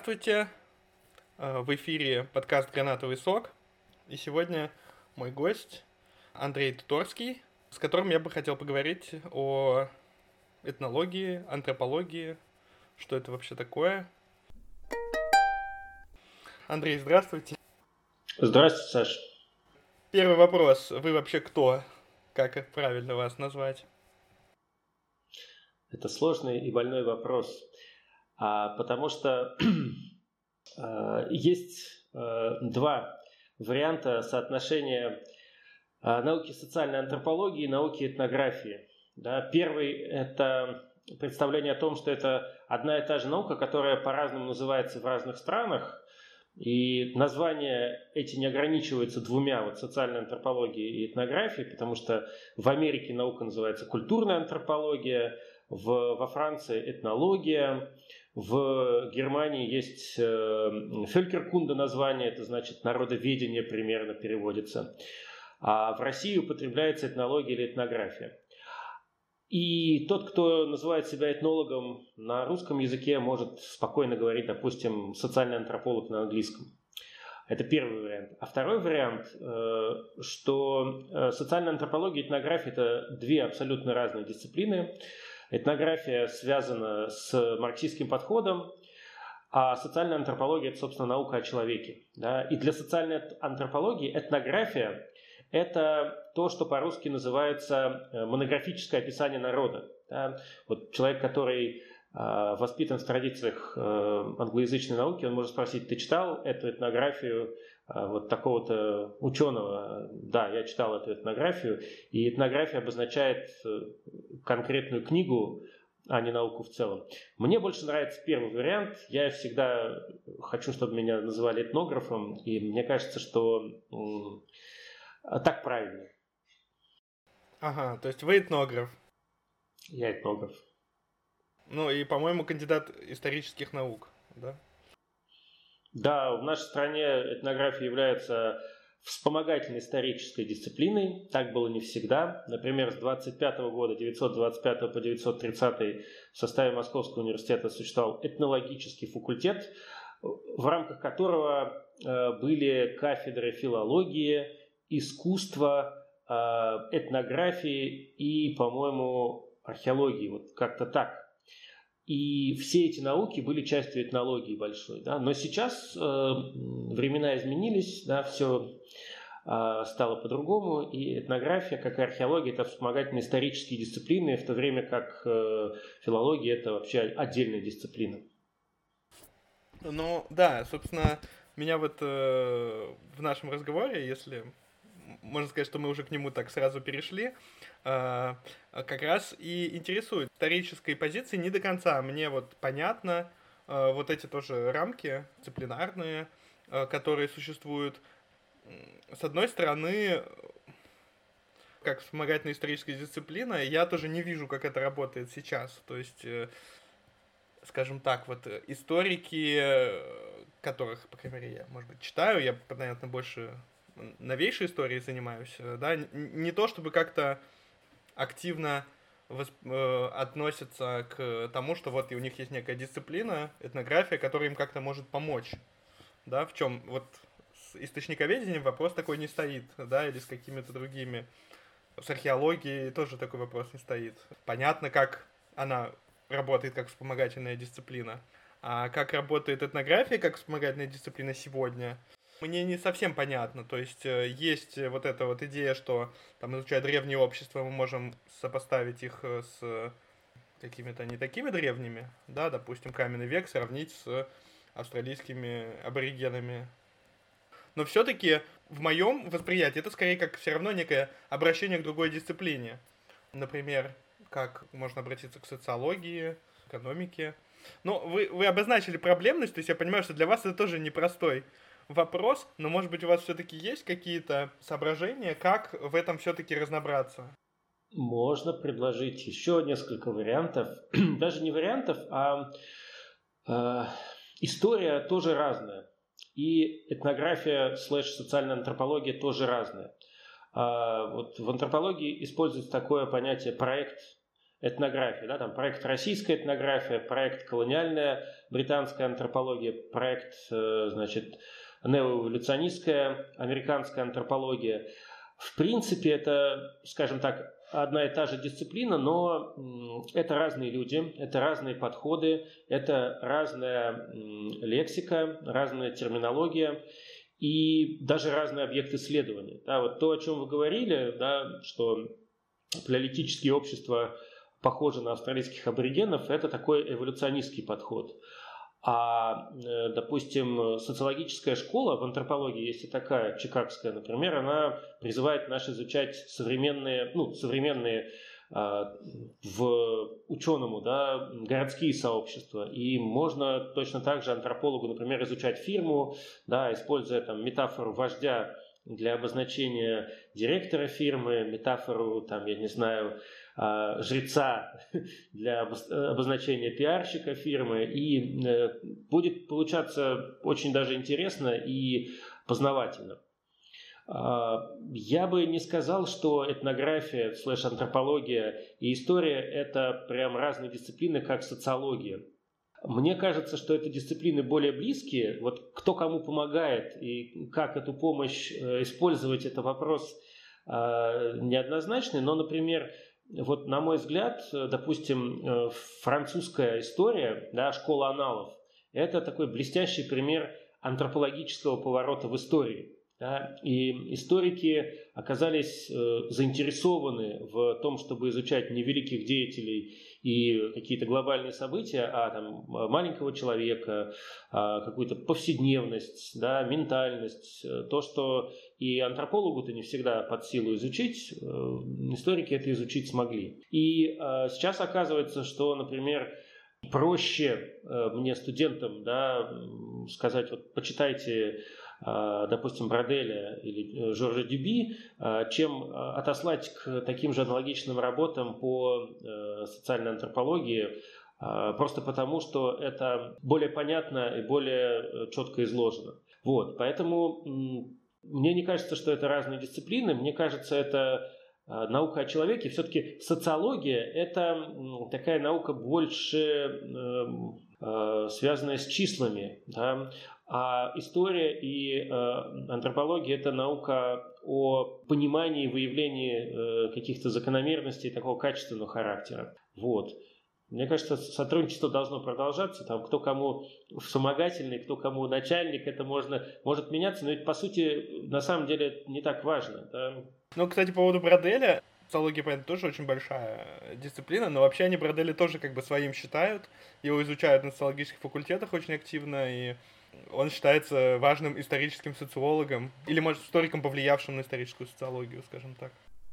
Здравствуйте, в эфире подкаст «Гранатовый сок», и сегодня мой гость Андрей Туторский, с которым я бы хотел поговорить о этнологии, антропологии, что это вообще такое. Андрей, здравствуйте. Здравствуйте, Саш. Первый вопрос. Вы вообще кто? Как правильно вас назвать? Это сложный и больной вопрос, потому что есть два варианта соотношения науки социальной антропологии и науки этнографии. Да, первый – это представление о том, что это одна и та же наука, которая по-разному называется в разных странах, и названия эти не ограничиваются двумя, вот социальной антропологией и этнографией, потому что в Америке наука называется культурная антропология, во Франции этнология, в Германии есть фелькеркунде название, это значит народоведение примерно переводится, а в России употребляется этнология или этнография. И тот, кто называет себя этнологом на русском языке, может спокойно говорить, допустим, социальный антрополог на английском. Это первый вариант. А второй вариант, что социальная антропология и этнография – это две абсолютно разные дисциплины. Этнография связана с марксистским подходом, а социальная антропология – это, собственно, наука о человеке. Да? И для социальной антропологии этнография – это то, что по-русски называется монографическое описание народа. Да? Вот человек, который воспитан в традициях англоязычной науки, он может спросить: ты читал эту этнографию вот такого-то ученого? Да, я читал эту этнографию. И этнография обозначает конкретную книгу, а не науку в целом. Мне больше нравится первый вариант. Я всегда хочу, чтобы меня называли этнографом, и мне кажется, что так правильно. Ага, то есть вы этнограф. Я этнограф. Ну и, по-моему, кандидат исторических наук, да? Да, в нашей стране этнография является вспомогательной исторической дисциплиной. Так было не всегда. Например, с 25 года, 925 по 930 в составе Московского университета существовал этнологический факультет, в рамках которого были кафедры филологии, искусства, этнографии и, по-моему, археологии. Вот как-то так. И все эти науки были частью этнологии большой. Да? Но сейчас времена изменились, да, все стало по-другому, и этнография, как и археология, это вспомогательные исторические дисциплины, в то время как филология – это вообще отдельная дисциплина. Ну, да, собственно, меня вот в нашем разговоре, если можно сказать, что мы уже к нему так сразу перешли, как раз и интересует. Исторической позиции не до конца мне вот понятно, вот эти тоже рамки дисциплинарные, которые существуют. С одной стороны, как вспомогательная историческая дисциплина, я тоже не вижу, как это работает сейчас. То есть, скажем так, вот историки, которых, по крайней мере, я, может быть, читаю, я, понятно, больше новейшей историей занимаюсь, да, не то чтобы как-то активно относятся к тому, что вот у них есть некая дисциплина, этнография, которая им как-то может помочь, да, в чем вот с источниковедением вопрос такой не стоит, да, или с какими-то другими, с археологией тоже такой вопрос не стоит. Понятно, как она работает как вспомогательная дисциплина, а как работает этнография как вспомогательная дисциплина сегодня, мне не совсем понятно. То есть есть вот эта вот идея, что там, изучая древние общества, мы можем сопоставить их с какими-то не такими древними, да, допустим, каменный век сравнить с австралийскими аборигенами. Но все-таки в моем восприятии это скорее как все равно некое обращение к другой дисциплине. Например, как можно обратиться к социологии, экономике. Но вы обозначили проблемность, то есть я понимаю, что для вас это тоже непростой вопрос, но, может быть, у вас все-таки есть какие-то соображения, как в этом все-таки разобраться? Можно предложить еще несколько вариантов. Даже не вариантов, а история тоже разная. И этнография / социальная антропология тоже разная. Вот в антропологии используется такое понятие проект. этнографии. Да, там проект «Российская этнография», проект «Колониальная британская антропология», проект, значит, «Неоэволюционистская американская антропология». В принципе, это, скажем так, одна и та же дисциплина, но это разные люди, это разные подходы, это разная лексика, разная терминология и даже разные объекты исследования. Да, вот то, о чем вы говорили, да, что палеолитические общества похожи на австралийских аборигенов, это такой эволюционистский подход. А, допустим, социологическая школа в антропологии, есть и такая, чикагская, например, она призывает нас изучать современные в ученому, да, городские сообщества. И можно точно так же антропологу, например, изучать фирму, да, используя там метафору вождя для обозначения директора фирмы, метафору, там, я не знаю, жреца для обозначения пиарщика фирмы, и будет получаться очень даже интересно и познавательно. Я бы не сказал, что этнография, /антропология и история – это прям разные дисциплины, как социология. Мне кажется, что это дисциплины более близкие. Вот кто кому помогает и как эту помощь использовать, это вопрос неоднозначный. Но, например, вот на мой взгляд, допустим, французская история, да, школа аналов, это такой блестящий пример антропологического поворота в истории. Да, и историки оказались заинтересованы в том, чтобы изучать не великих деятелей и какие-то глобальные события, а там, маленького человека, какую-то повседневность, да, ментальность, то, что и антропологу-то не всегда под силу изучить, историки это изучить смогли. И сейчас оказывается, что, например, проще мне, студентам, да, сказать, вот почитайте, допустим, Броделя или Жоржа Дюби, чем отослать к таким же аналогичным работам по социальной антропологии, просто потому, что это более понятно и более четко изложено. Вот, поэтому мне не кажется, что это разные дисциплины, мне кажется, это наука о человеке. Все-таки социология – это такая наука больше связанная с числами, да? А история и антропология – это наука о понимании и выявлении каких-то закономерностей такого качественного характера. Вот. Мне кажется, сотрудничество должно продолжаться. Там, кто кому вспомогательный, кто кому начальник, это может меняться, но ведь по сути на самом деле это не так важно. Да? Ну, кстати, по поводу Броделя, социология, понятно, тоже очень большая дисциплина, но вообще они Броделя тоже как бы своим считают, его изучают на социологических факультетах очень активно, и он считается важным историческим социологом, или, может, историком, повлиявшим на историческую социологию, скажем так.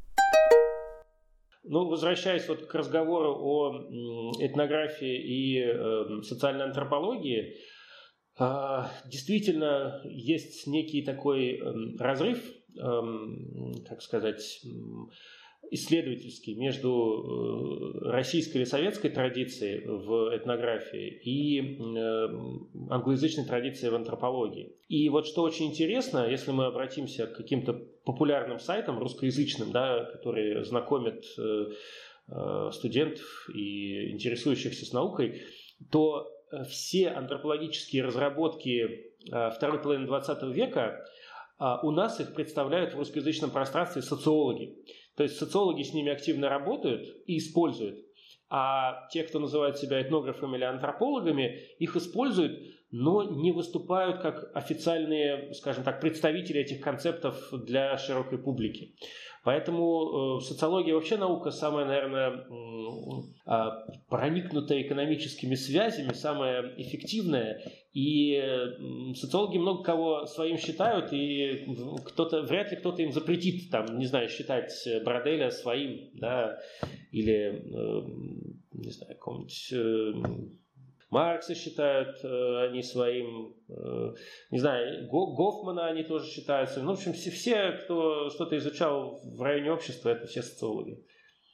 Ну, возвращаясь вот к разговору о этнографии и социальной антропологии, действительно есть некий такой разрыв, как сказать, исследовательский между российской или советской традицией в этнографии и англоязычной традицией в антропологии. И вот что очень интересно, если мы обратимся к каким-то популярным сайтам русскоязычным, да, которые знакомят студентов и интересующихся с наукой, то все антропологические разработки второй половины 20 века у нас их представляют в русскоязычном пространстве социологи. То есть социологи с ними активно работают и используют, а те, кто называют себя этнографами или антропологами, их используют, но не выступают как официальные, скажем так, представители этих концептов для широкой публики. Поэтому социология вообще наука самая, наверное, проникнутая экономическими связями, самая эффективная. И социологи много кого своим считают, и вряд ли кто-то им запретит, там, не знаю, считать Броделя своим, да, или, не знаю, какого-нибудь Маркса считают они своим, не знаю, Гофмана они тоже считаются. Ну, в общем, все, кто что-то изучал в районе общества, это все социологи.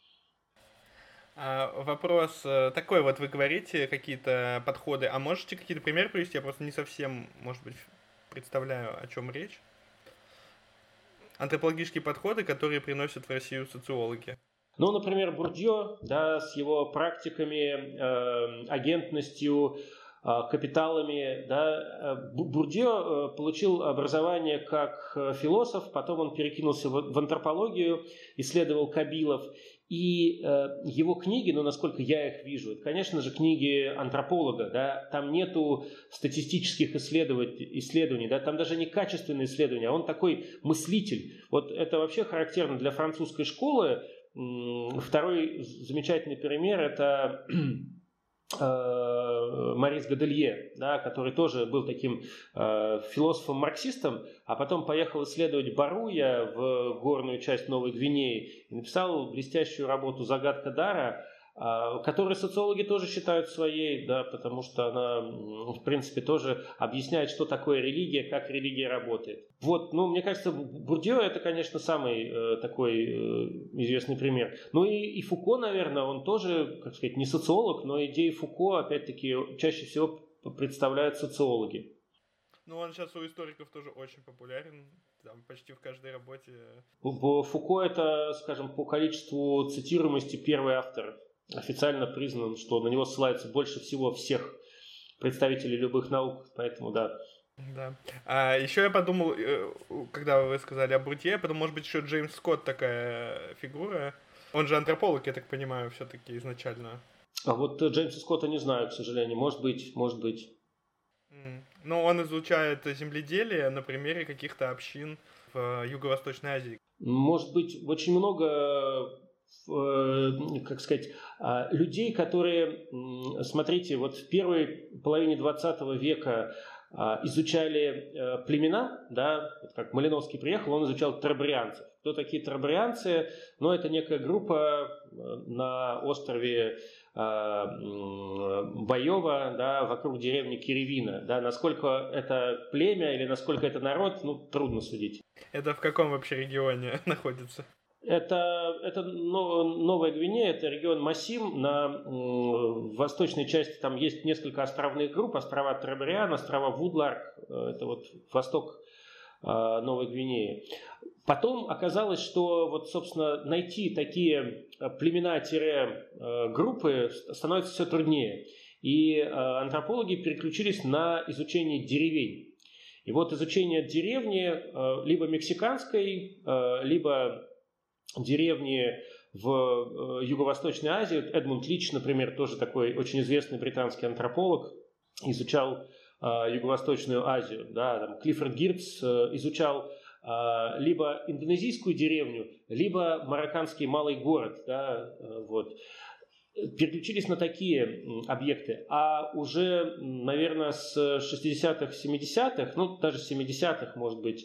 Вопрос такой, вот вы говорите какие-то подходы, а можете какие-то примеры привести? Я просто не совсем, может быть, представляю, о чем речь. Антропологические подходы, которые приносят в Россию социологи. Ну, например, Бурдье, да, с его практиками, агентностью, капиталами, да. Бурдье получил образование как философ, потом он перекинулся в антропологию, исследовал кабилов. И его книги, ну, насколько я их вижу, это, конечно же, книги антрополога, да, там нету статистических исследований, да, там даже не качественные исследования, а он такой мыслитель. Вот это вообще характерно для французской школы. Второй замечательный пример – это Марис Годелье, да, который тоже был таким философом-марксистом, а потом поехал исследовать Баруя в горную часть Новой Гвинеи и написал блестящую работу «Загадка Дара», которую социологи тоже считают своей, да, потому что она, в принципе, тоже объясняет, что такое религия, как религия работает. Вот, ну, мне кажется, Бурдье – это, конечно, самый такой известный пример. Ну и Фуко, наверное, он тоже, как сказать, не социолог, но идеи Фуко, опять-таки, чаще всего представляют социологи. Ну, он сейчас у историков тоже очень популярен, там почти в каждой работе. Фуко – это, скажем, по количеству цитируемости первый автор. Официально признан, что на него ссылается больше всего всех представителей любых наук, поэтому да. Да. А еще я подумал, когда вы сказали о Бурдье, я подумал, может быть, еще Джеймс Скотт такая фигура. Он же антрополог, я так понимаю, все-таки изначально. А вот Джеймса Скотта не знаю, к сожалению. Может быть. Ну, он изучает земледелие на примере каких-то общин в Юго-Восточной Азии. Может быть, очень много, как сказать, людей, которые, смотрите, вот в первой половине 20 века изучали племена, да, как Малиновский приехал, он изучал трабрианцев. Кто такие трабрианцы? Ну, это некая группа на острове Боева, да, вокруг деревни Киревина. Да, насколько это племя или насколько это народ, ну, трудно судить. Это в каком вообще регионе находится? Это Новая Гвинея, это регион Масим. В восточной части там есть несколько островных групп. Острова Трабриан, острова Вудларк. Это вот восток Новой Гвинеи. Потом оказалось, что вот, собственно, найти такие племена-группы становится все труднее. И антропологи переключились на изучение деревень. И вот изучение деревни либо мексиканской, либо деревни в Юго-Восточной Азии. Эдмунд Лич, например, тоже такой очень известный британский антрополог, изучал Юго-Восточную Азию. Да, там Клиффорд Гиртс изучал либо индонезийскую деревню, либо марокканский малый город. Да, вот. Переключились на такие объекты. А уже, наверное, с 60-х, 70-х, ну, даже с 70-х, может быть,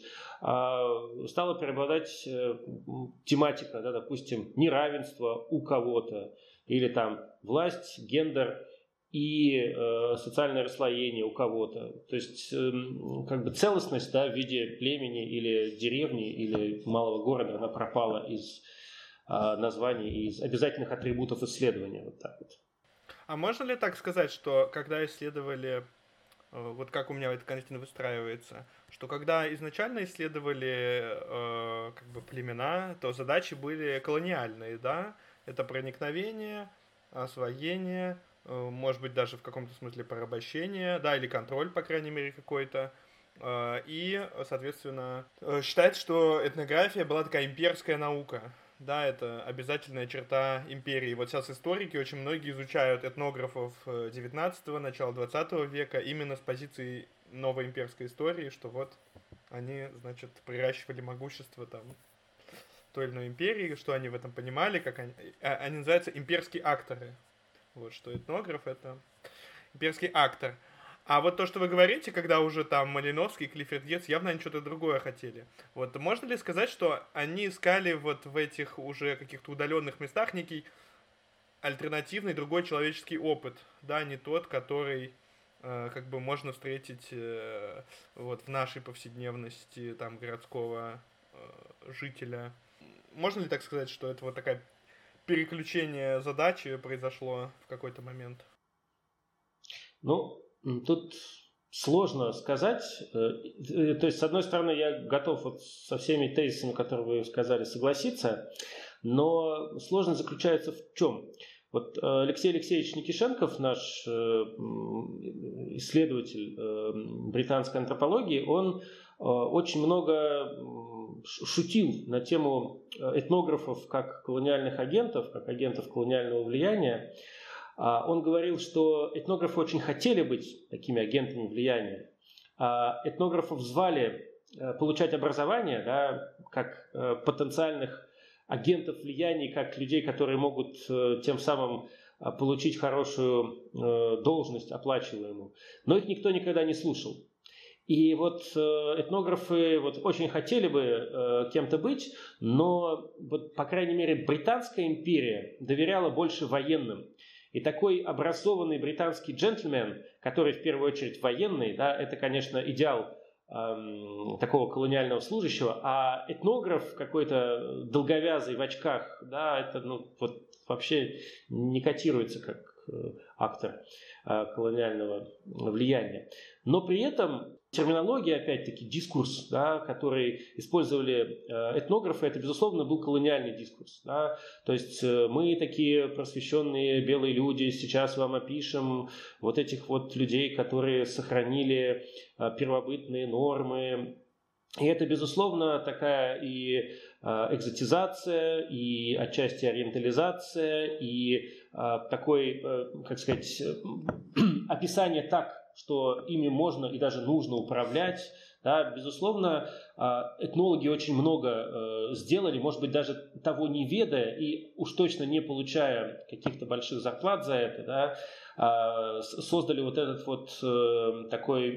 стала преобладать тематика, да, допустим, неравенство у кого-то, или там власть, гендер и социальное расслоение у кого-то. То есть, как бы целостность, да, в виде племени или деревни или малого города, она пропала из названий, из обязательных атрибутов исследования. Вот так вот. А можно ли так сказать, что когда исследовали, вот как у меня эта картина выстраивается, что когда изначально исследовали как бы племена, то задачи были колониальные, да? Это проникновение, освоение, может быть, даже в каком-то смысле порабощение, да, или контроль, по крайней мере, какой-то. И, соответственно, считается, что этнография была такая имперская наука. Да, это обязательная черта империи. Вот сейчас историки очень многие изучают этнографов 19-го, начала 20 века именно с позиции новой имперской истории, что вот они, значит, приращивали могущество там той или иной империи, что они в этом понимали, как они называются имперские акторы. Вот, что этнограф — это имперский актор. А вот то, что вы говорите, когда уже там Малиновский, Клиффорд Гиртс, явно они что-то другое хотели. Вот можно ли сказать, что они искали вот в этих уже каких-то удаленных местах некий альтернативный другой человеческий опыт, да, не тот, который как бы можно встретить вот в нашей повседневности там городского жителя. Можно ли так сказать, что это вот такое переключение задачи произошло в какой-то момент? Ну, тут сложно сказать. То есть, с одной стороны, я готов вот со всеми тезисами, которые вы сказали, согласиться. Но сложность заключается в чем? Вот Алексей Алексеевич Никишенков, наш исследователь британской антропологии, он очень много шутил на тему этнографов как колониальных агентов, как агентов колониального влияния. Он говорил, что этнографы очень хотели быть такими агентами влияния. Этнографов звали получать образование, да, как потенциальных агентов влияния, как людей, которые могут тем самым получить хорошую должность, оплачиваемую. Но их никто никогда не слушал. И вот этнографы вот очень хотели бы кем-то быть, но, вот, по крайней мере, Британская империя доверяла больше военным. И такой образованный британский джентльмен, который в первую очередь военный, да, это, конечно, идеал такого колониального служащего, а этнограф какой-то долговязый в очках, да, это вот, вообще не котируется как актор колониального влияния. Но при этом терминология, опять-таки, дискурс, да, который использовали этнографы, это, безусловно, был колониальный дискурс. Да. То есть мы такие просвещенные белые люди, сейчас вам опишем вот этих вот людей, которые сохранили первобытные нормы. И это, безусловно, такая и экзотизация, и отчасти ориентализация, и такой, как сказать, описание так, что ими можно и даже нужно управлять. Да, безусловно, этнологи очень много сделали, может быть, даже того не ведая и уж точно не получая каких-то больших зарплат за это, да, создали вот этот вот такой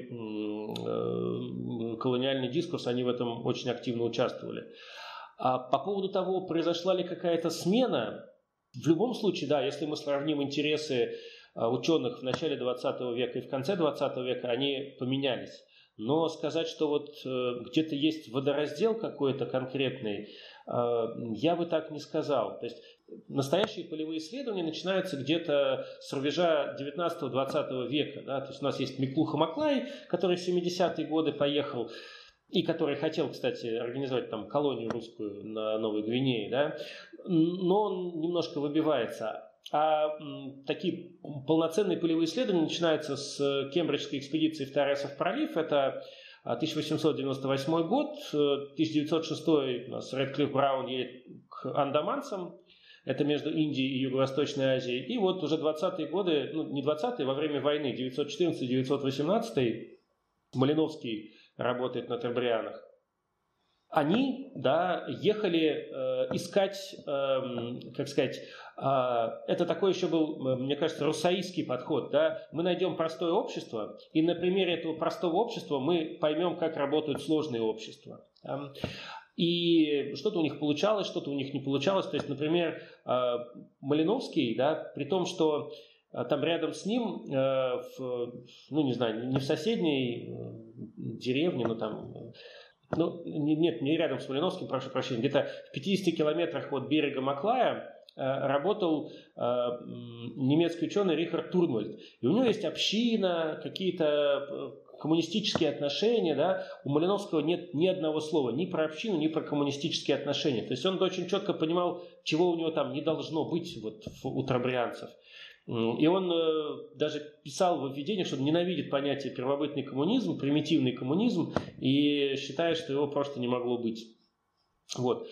колониальный дискурс, они в этом очень активно участвовали. А по поводу того, произошла ли какая-то смена, в любом случае, да, если мы сравним интересы ученых в начале 20 века и в конце 20 века, они поменялись. Но сказать, что вот где-то есть водораздел какой-то конкретный, я бы так не сказал. То есть настоящие полевые исследования начинаются где-то с рубежа 19-20 века. Да? То есть у нас есть Миклуха Маклай, который в 70-е годы поехал, и который хотел, кстати, организовать там колонию русскую на Новой Гвинее, да? Но он немножко выбивается. А такие полноценные полевые исследования начинаются с Кембриджской экспедиции в Торресов пролив. Это 1898 год. 1906 у нас Рэдклифф Браун едет к Андаманцам. Это между Индией и Юго-Восточной Азией. И вот уже 20-е годы, не 20-е, во время войны, 914-918, Малиновский работает на Тербрианах. Они, да, ехали искать, как сказать, это такой еще был, мне кажется, руссоистский подход. Да? Мы найдем простое общество, и на примере этого простого общества мы поймем, как работают сложные общества. И что-то у них получалось, что-то у них не получалось. То есть, например, Малиновский, да, при том, что там рядом с ним, не знаю, не в соседней деревне, но там... нет, не рядом с Малиновским, прошу прощения, где-то в 50 километрах от берега Маклая работал немецкий ученый Рихард Турнвальд. И у него есть община, какие-то коммунистические отношения. Да? У Малиновского нет ни одного слова ни про общину, ни про коммунистические отношения. То есть он очень четко понимал, чего у него там не должно быть вот, у тробрианцев. И он даже писал в введении, что он ненавидит понятие первобытный коммунизм, примитивный коммунизм, и считает, что его просто не могло быть. Вот.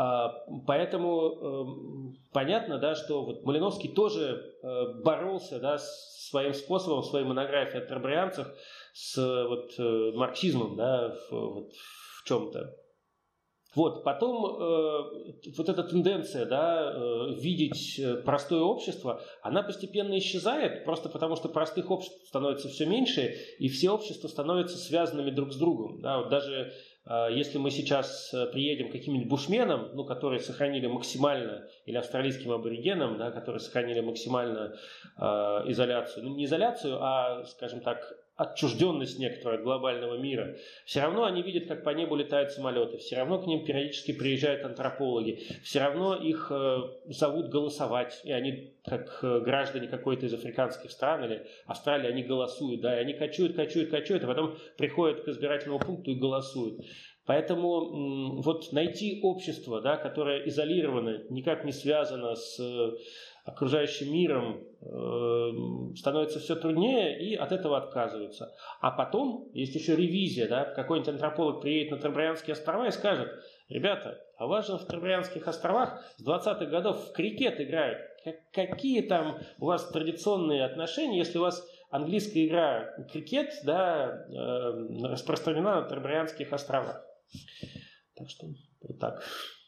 Поэтому понятно, да, что вот Малиновский тоже боролся, да, своим способом, в своей монографии о тробрианцах с вот, марксизмом, да, в чем-то. Вот, потом вот эта тенденция, да, видеть простое общество, она постепенно исчезает, просто потому что простых обществ становится все меньше, и все общества становятся связанными друг с другом. Да, вот даже если мы сейчас приедем к каким-нибудь бушменам, которые сохранили максимально, или австралийским аборигенам, да, которые сохранили максимально изоляцию, не изоляцию, а, скажем так, отчужденность некоторая от глобального мира, все равно они видят, как по небу летают самолеты, все равно к ним периодически приезжают антропологи, все равно их зовут голосовать, и они, как граждане какой-то из африканских стран или Австралии, они голосуют, да, и они кочуют, а потом приходят к избирательному пункту и голосуют. Поэтому вот найти общество, да, которое изолировано, никак не связано с окружающим миром, становится все труднее, и от этого отказываются. А потом есть еще ревизия, да, какой-нибудь антрополог приедет на Троbriandские острова и скажет: ребята, а у вас же в Троbriandских островах с 20-х годов в крикет играют. Какие там у вас традиционные отношения, если у вас английская игра крикет, да, распространена на Троbriandских островах? Так что вот так.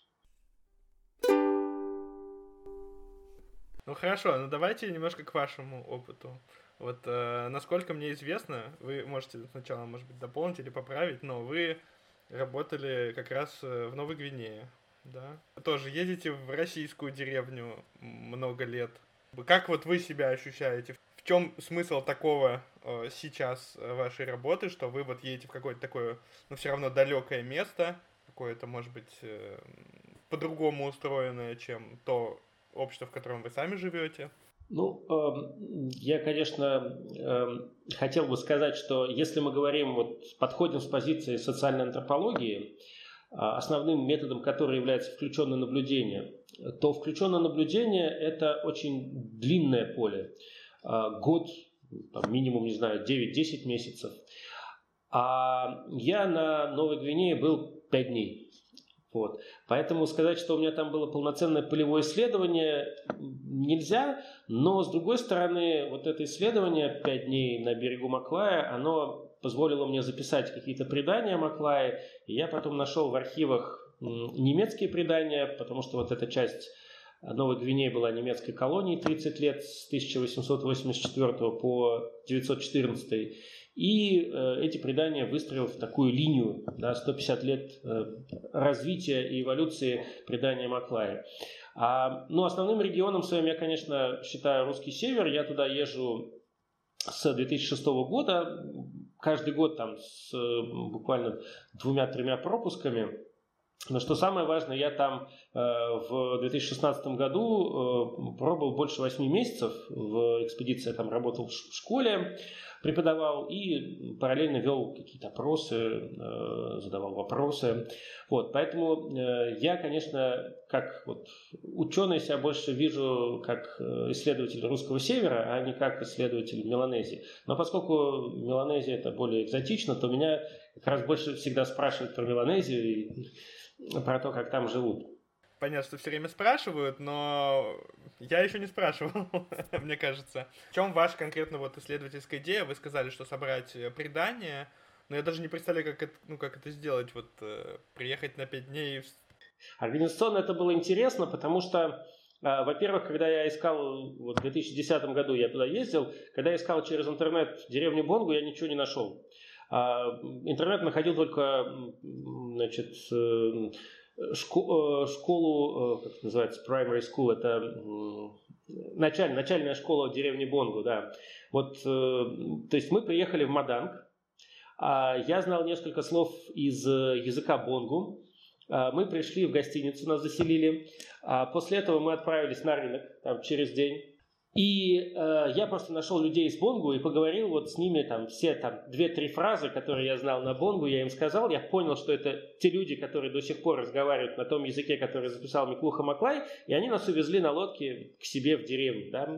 Ну хорошо, ну давайте немножко к вашему опыту. Вот насколько мне известно, вы можете сначала, может быть, дополнить или поправить, но вы работали как раз в Новой Гвинее, да? Тоже ездите в российскую деревню много лет. Как вот вы себя ощущаете? В чем смысл такого сейчас вашей работы, что вы вот едете в какое-то такое, но все равно далекое место, какое-то, может быть, по-другому устроенное, чем то общество, в котором вы сами живете? Ну, я, конечно, хотел бы сказать, что если мы говорим, вот подходим с позиции социальной антропологии, основным методом которой является включенное наблюдение, то включенное наблюдение – это очень длинное поле. Год, там, минимум, не знаю, 9-10 месяцев. А я на Новой Гвинее был 5 дней. Вот. Поэтому сказать, что у меня там было полноценное полевое исследование, нельзя, но с другой стороны, вот это исследование 5 дней на берегу Маклая, оно позволило мне записать какие-то предания Маклая, и я потом нашел в архивах немецкие предания, потому что вот эта часть Новой Гвинеи была немецкой колонией 30 лет, с 1884 по 1914. И эти предания выстроил в такую линию, да, 150 лет развития и эволюции предания Маклая. Но основным регионом своим я, конечно, считаю русский север. Я туда езжу с 2006 года, каждый год там с буквально 2-3 пропусками. Но что самое важное, я там в 2016 году пробыл больше 8 месяцев в экспедиции, я там работал в школе, преподавал и параллельно вел какие-то опросы, задавал вопросы. Вот, поэтому я, конечно, как вот ученый себя больше вижу как исследователь русского севера, а не как исследователь Меланезии. Но поскольку Меланезия это более экзотично, то меня как раз больше всегда спрашивают про Меланезию и про то, как там живут. Понятно, что все время спрашивают, но я еще не спрашивал, мне кажется. В чем ваша конкретно вот исследовательская идея? Вы сказали, что собрать предания, но я даже не представляю, как это сделать, вот приехать на 5 дней. Организационно это было интересно, потому что, во-первых, когда я искал, вот в 2010 году я туда ездил, когда я искал через интернет деревню Бонгу, я ничего не нашел. Интернет находил только, значит, школу, как это называется, primary school, это начальная школа деревни Бонгу, да. Вот, то есть мы приехали в Маданг, я знал несколько слов из языка Бонгу, мы пришли в гостиницу, нас заселили, после этого мы отправились на рынок там, через день. И я просто нашел людей из Бонгу и поговорил вот с ними, там, все там 2-3 фразы, которые я знал на Бонгу, я им сказал, я понял, что это те люди, которые до сих пор разговаривают на том языке, который записал Миклуха Маклай, и они нас увезли на лодке к себе в деревню, да.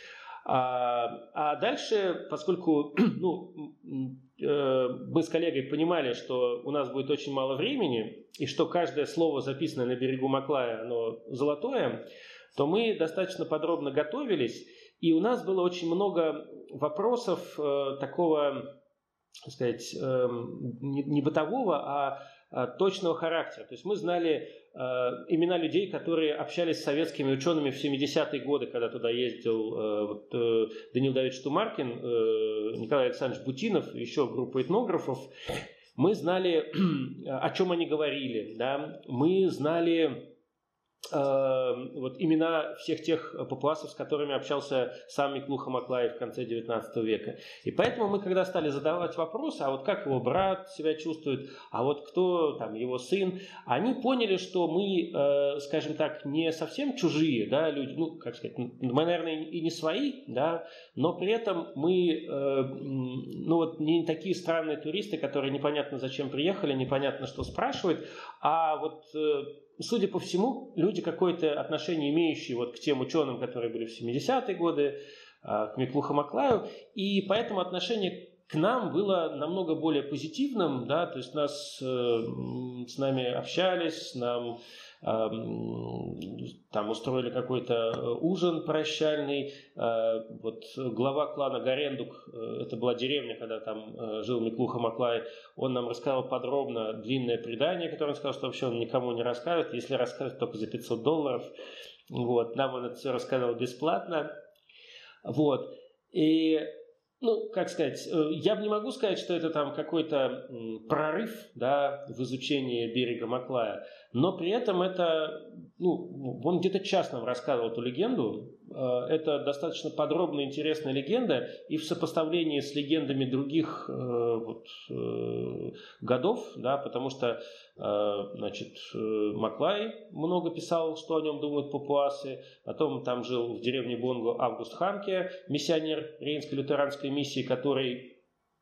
А дальше, поскольку мы с коллегой понимали, что у нас будет очень мало времени, и что каждое слово, записанное на берегу Маклая, оно золотое, то мы достаточно подробно готовились, и у нас было очень много вопросов такого, так сказать, не бытового, а точного характера. То есть мы знали имена людей, которые общались с советскими учеными в 70-е годы, когда туда ездил Даниил Давидович Тумаркин, Николай Александрович Бутинов, еще группа этнографов. Мы знали, о чем они говорили, да? Мы знали вот имена всех тех папуасов, с которыми общался сам Миклуха Маклай в конце 19 века. И поэтому мы, когда стали задавать вопросы, а вот как его брат себя чувствует, а вот кто там его сын, они поняли, что мы, скажем так, не совсем чужие, да, люди, ну, как сказать, мы, наверное, и не свои, да, но при этом мы, ну, вот не такие странные туристы, которые непонятно зачем приехали, непонятно что спрашивают, а вот судя по всему, люди какое-то отношение имеющие вот к тем ученым, которые были в 70-е годы, к Миклуха Маклаю, и поэтому отношение к нам было намного более позитивным, да, то есть с нами общались, нам там устроили какой-то ужин прощальный. Вот глава клана Гарендук, это была деревня, когда там жил Миклуха Маклай, он нам рассказал подробно длинное предание, которое он сказал, что вообще он никому не расскажет, если расскажет только за $500. Вот, нам он это все рассказал бесплатно. Вот. И, ну, как сказать, я бы не могу сказать, что это там какой-то прорыв, да, в изучении берега Маклая, но при этом это, ну, он где-то час нам рассказывал эту легенду. Это достаточно подробная, интересная легенда, и в сопоставлении с легендами других годов, да, потому что, значит, Маклай много писал, что о нем думают папуасы, потом там жил в деревне Бонго Август Ханке, миссионер Рейнской лютеранской миссии, который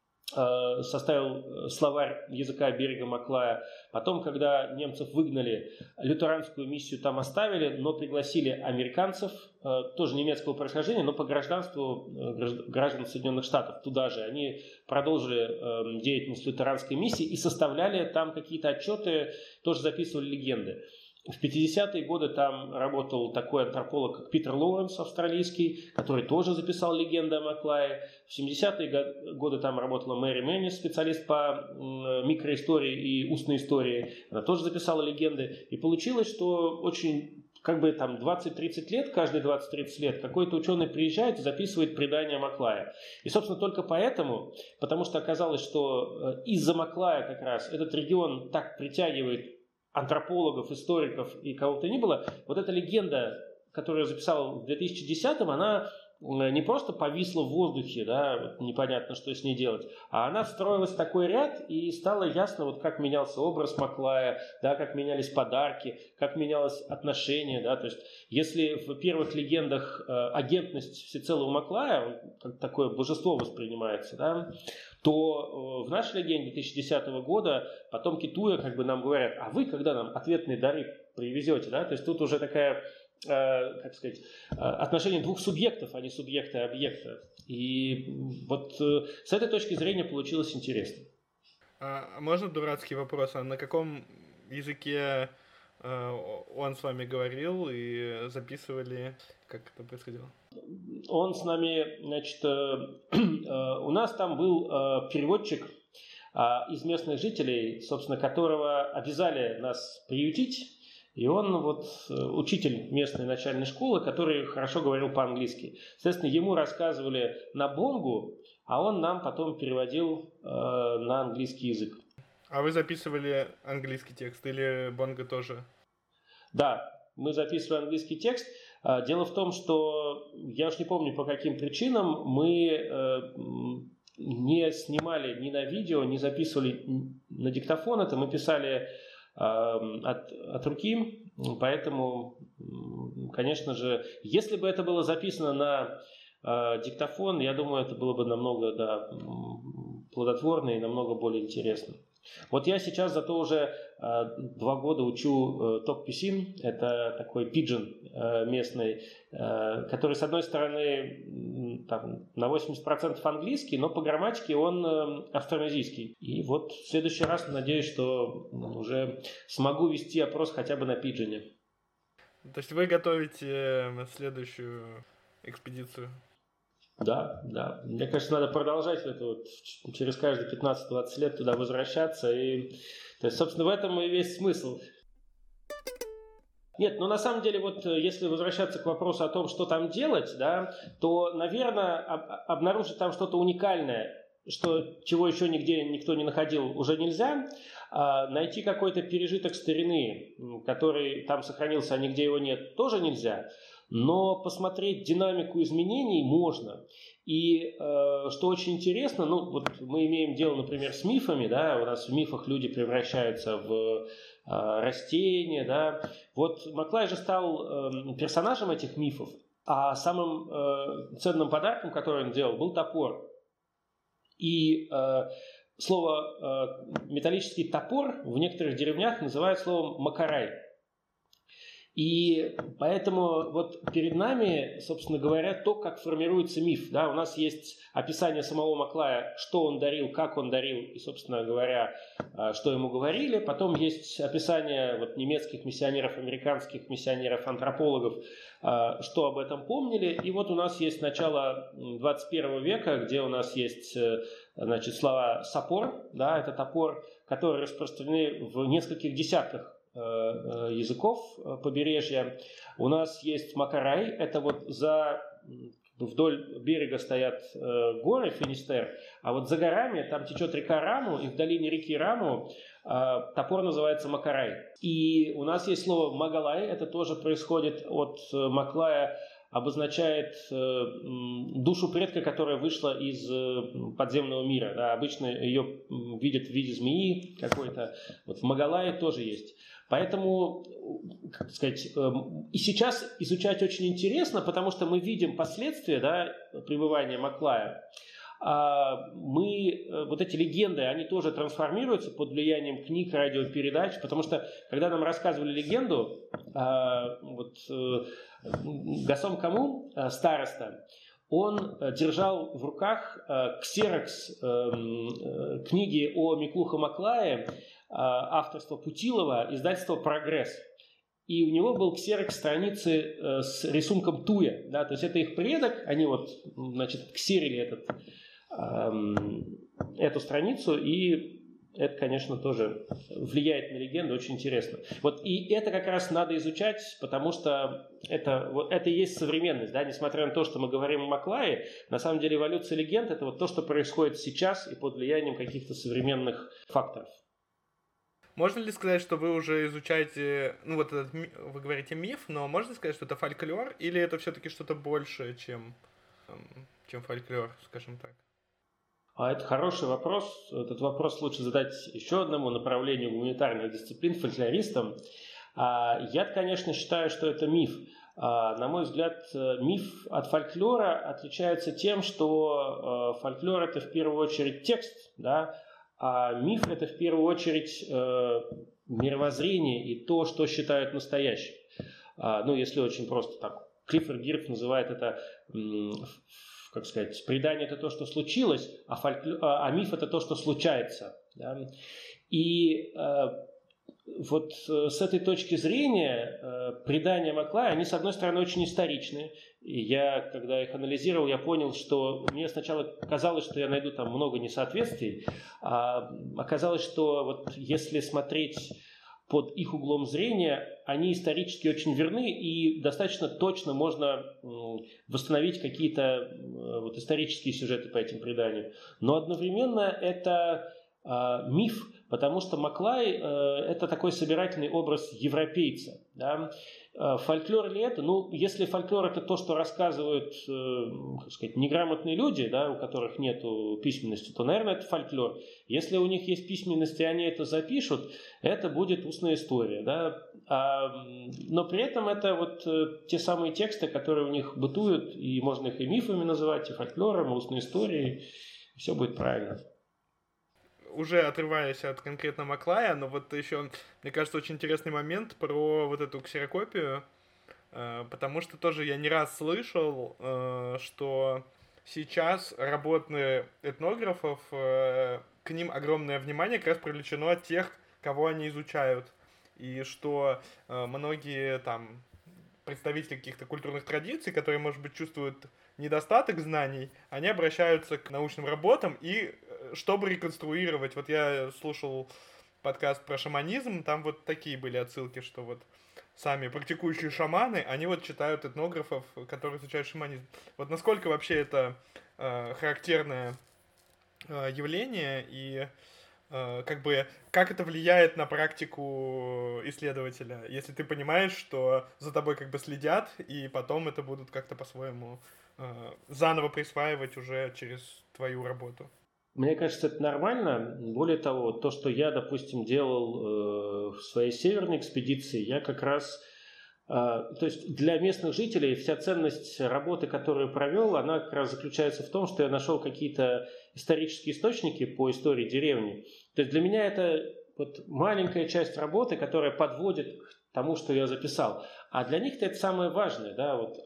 составил словарь языка берега Маклая. Потом, когда немцев выгнали, лютеранскую миссию там оставили, но пригласили американцев, тоже немецкого происхождения, но по гражданству граждан Соединенных Штатов туда же. Они продолжили деятельность лютеранской миссии и составляли там какие-то отчеты, тоже записывали легенды. В 50-е годы там работал такой антрополог, как Питер Лоуренс, австралийский, который тоже записал легенды о Маклае. В 70-е годы там работала Мэри Мэннис, специалист по микроистории и устной истории. Она тоже записала легенды. И получилось, что очень, как бы там 20-30 лет, каждые 20-30 лет какой-то ученый приезжает и записывает предания Маклая. И, собственно, только поэтому, потому что оказалось, что из-за Маклая как раз этот регион так притягивает антропологов, историков и кого-то ни было, вот эта легенда, которую я записал в 2010-м, она не просто повисла в воздухе, да, непонятно, что с ней делать, а она встроилась в такой ряд, и стало ясно, вот как менялся образ Маклая, да, как менялись подарки, как менялось отношение, да, то есть если в первых легендах агентность всецелого Маклая, он как такое божество воспринимается, да, то в нашей легенде 2010 года потомки Туя как бы нам говорят, а вы когда нам ответные дары привезете, да, то есть тут уже такая, как сказать, отношение двух субъектов, а не субъекта и объекта. И вот с этой точки зрения получилось интересно. А можно дурацкий вопрос? А на каком языке он с вами говорил и записывали? Как это происходило? Он с нами, значит, у нас там был переводчик из местных жителей, собственно, которого обязали нас приютить. И он вот учитель местной начальной школы, который хорошо говорил по-английски. Соответственно, ему рассказывали на бонгу, а он нам потом переводил на английский язык. А вы записывали английский текст или бонго тоже? Да, мы записывали английский текст. Дело в том, что я уж не помню по каким причинам мы не снимали ни на видео, не записывали на диктофон. Это мы писали от руки, поэтому, конечно же, если бы это было записано на диктофон, я думаю, это было бы намного плодотворно и намного более интересно. Вот я сейчас зато уже 2 года учу ток-писин, это такой пиджин местный, который, с одной стороны, там, на 80% английский, но по грамматике он австронезийский. И вот в следующий раз надеюсь, что уже смогу вести опрос хотя бы на пиджине. То есть вы готовите следующую экспедицию? Да. Мне кажется, надо продолжать это вот через каждые 15-20 лет туда возвращаться. И, то есть, собственно, в этом и весь смысл. Нет, но на самом деле, вот если возвращаться к вопросу о том, что там делать, да, то, наверное, обнаружить там что-то уникальное, чего еще нигде никто не находил, уже нельзя. Найти какой-то пережиток старины, который там сохранился, а нигде его нет, тоже нельзя. Но посмотреть динамику изменений можно. И что очень интересно, ну вот мы имеем дело, например, с мифами, да, у нас в мифах люди превращаются в растения, да. Вот Маклай же стал персонажем этих мифов, а самым ценным подарком, который он делал, был топор. И слово металлический топор в некоторых деревнях называют словом макарай. И поэтому вот перед нами, собственно говоря, то, как формируется миф. Да, у нас есть описание самого Маклая, что он дарил, как он дарил, и, собственно говоря, что ему говорили. Потом есть описание вот немецких миссионеров, американских миссионеров, антропологов, что об этом помнили. И вот у нас есть начало 21 века, где у нас есть, значит, слова «сапор», да, это топор, которые распространены в нескольких десятках языков побережья. У нас есть макарай, это вот вдоль берега стоят горы Финистер, а вот за горами там течет река Раму, и в долине реки Раму топор называется макарай. И у нас есть слово магалай, это тоже происходит от Маклая, обозначает душу предка, которая вышла из подземного мира. Да, обычно ее видят в виде змеи какой-то. Вот в Магалае тоже есть. Поэтому, как сказать, и сейчас изучать очень интересно, потому что мы видим последствия, да, пребывания Маклая. Вот эти легенды, они тоже трансформируются под влиянием книг, радиопередач, потому что, когда нам рассказывали легенду, Гасом Каму, староста, он держал в руках ксерокс книги о Миклуха Маклае, авторства Путилова, издательство «Прогресс». И у него был ксерокс страницы с рисунком туя. Да, то есть это их предок, они вот, значит, ксерили эту страницу, и это, конечно, тоже влияет на легенду, очень интересно. Вот, и это как раз надо изучать, потому что это и есть современность. Да? Несмотря на то, что мы говорим о Маклае, на самом деле эволюция легенд – это вот то, что происходит сейчас и под влиянием каких-то современных факторов. Можно ли сказать, что вы уже изучаете, ну вот этот, вы говорите миф, но можно сказать, что это фольклор, или это все-таки что-то большее, чем фольклор, скажем так? Это хороший вопрос. Этот вопрос лучше задать еще одному направлению гуманитарных дисциплин, фольклористам. Я, конечно, считаю, что это миф. На мой взгляд, миф от фольклора отличается тем, что фольклор – это в первую очередь текст, да, а миф – это в первую очередь мировоззрение и то, что считают настоящим. Ну, если очень просто так. Клиффорд Гирк называет это, как сказать, предание – это то, что случилось, а миф – это то, что случается. Да? И вот с этой точки зрения предания Маклая, они, с одной стороны, очень историчны. И я, когда их анализировал, я понял, что мне сначала казалось, что я найду там много несоответствий, а оказалось, что вот если смотреть под их углом зрения, они исторически очень верны, и достаточно точно можно восстановить какие-то вот исторические сюжеты по этим преданиям. Но одновременно это миф, потому что Маклай это такой собирательный образ европейца. Да? Фольклор ли это? Ну, если фольклор это то, что рассказывают, как сказать, неграмотные люди, да, у которых нет письменности, то, наверное, это фольклор. Если у них есть письменность, и они это запишут, это будет устная история. Да? Но при этом это вот те самые тексты, которые у них бытуют, и можно их и мифами называть, и фольклором, и устной историей. Все будет правильно. Уже отрываясь от конкретно Маклая, но вот еще, мне кажется, очень интересный момент про вот эту ксерокопию, потому что тоже я не раз слышал, что сейчас работы этнографов, к ним огромное внимание как раз привлечено от тех, кого они изучают, и что многие там представители каких-то культурных традиций, которые, может быть, чувствуют недостаток знаний, они обращаются к научным работам и чтобы реконструировать. Вот я слушал подкаст про шаманизм, там вот такие были отсылки, что вот сами практикующие шаманы, они вот читают этнографов, которые изучают шаманизм. Вот насколько вообще это характерная явление и как бы как это влияет на практику исследователя, если ты понимаешь, что за тобой как бы следят, и потом это будут как-то по-своему заново присваивать уже через твою работу. Мне кажется, это нормально. Более того, то, что я, допустим, делал в своей северной экспедиции, я как раз... То есть для местных жителей вся ценность работы, которую провел, она как раз заключается в том, что я нашел какие-то исторические источники по истории деревни. То есть для меня это вот маленькая часть работы, которая подводит к тому, что я записал. А для них-то это самое важное, да, вот,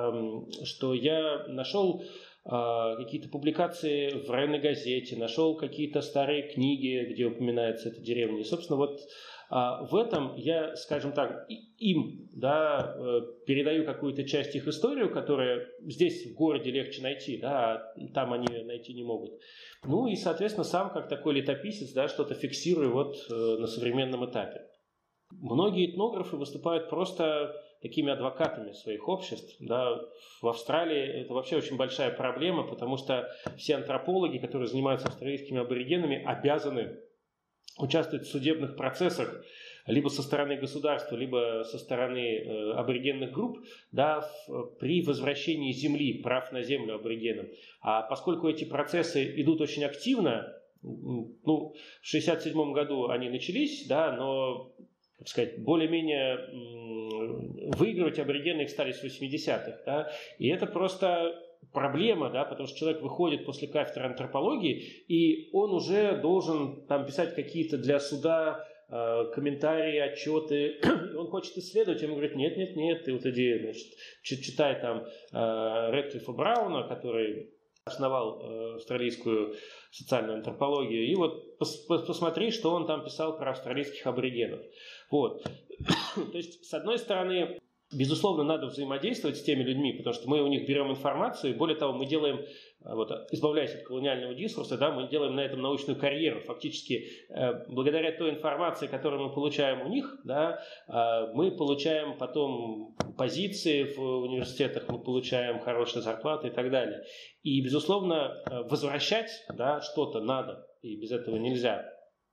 что я нашел какие-то публикации в районной газете, нашел какие-то старые книги, где упоминается эта деревня. И, собственно, вот в этом я, скажем так, им, да, передаю какую-то часть их историю, которая здесь в городе легче найти, да, а там они найти не могут. Ну и, соответственно, сам как такой летописец, да, что-то фиксирую вот на современном этапе. Многие этнографы выступают просто такими адвокатами своих обществ. Да. В Австралии это вообще очень большая проблема, потому что все антропологи, которые занимаются австралийскими аборигенами, обязаны участвовать в судебных процессах либо со стороны государства, либо со стороны аборигенных групп, да, при возвращении земли, прав на землю аборигенам. А поскольку эти процессы идут очень активно, ну, в 1967 году они начались, да, но, так сказать, более-менее выигрывать аборигены их стали с 80-х. Да, и это просто проблема, да, потому что человек выходит после кафедры антропологии, и он уже должен там писать какие-то для суда комментарии, отчеты. Он хочет исследовать, ему говорят, нет, ты вот иди, значит, читай там Рэдклиффа Брауна, который основал австралийскую социальную антропологию, и вот посмотри, что он там писал про австралийских аборигенов. Вот. То есть, с одной стороны, безусловно, надо взаимодействовать с теми людьми, потому что мы у них берем информацию, и более того, мы делаем, вот, избавляясь от колониального дискурса, да, мы делаем на этом научную карьеру. Фактически, благодаря той информации, которую мы получаем у них, да, мы получаем потом позиции в университетах, мы получаем хорошие зарплаты и так далее. И, безусловно, возвращать, да, что-то надо, и без этого нельзя.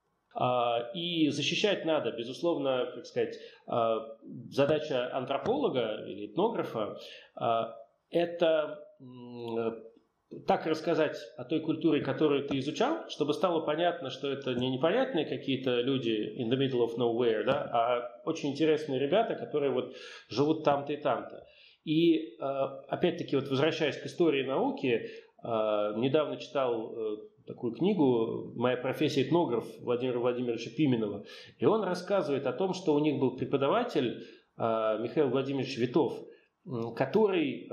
И защищать надо, безусловно, как сказать, задача антрополога или этнографа – это так рассказать о той культуре, которую ты изучал, чтобы стало понятно, что это не непонятные какие-то люди in the middle of nowhere, да, а очень интересные ребята, которые вот живут там-то и там-то. И опять-таки, вот возвращаясь к истории науки, недавно читал такую книгу «Моя профессия этнограф» Владимира Владимировича Пименова. И он рассказывает о том, что у них был преподаватель Михаил Владимирович Витов, который...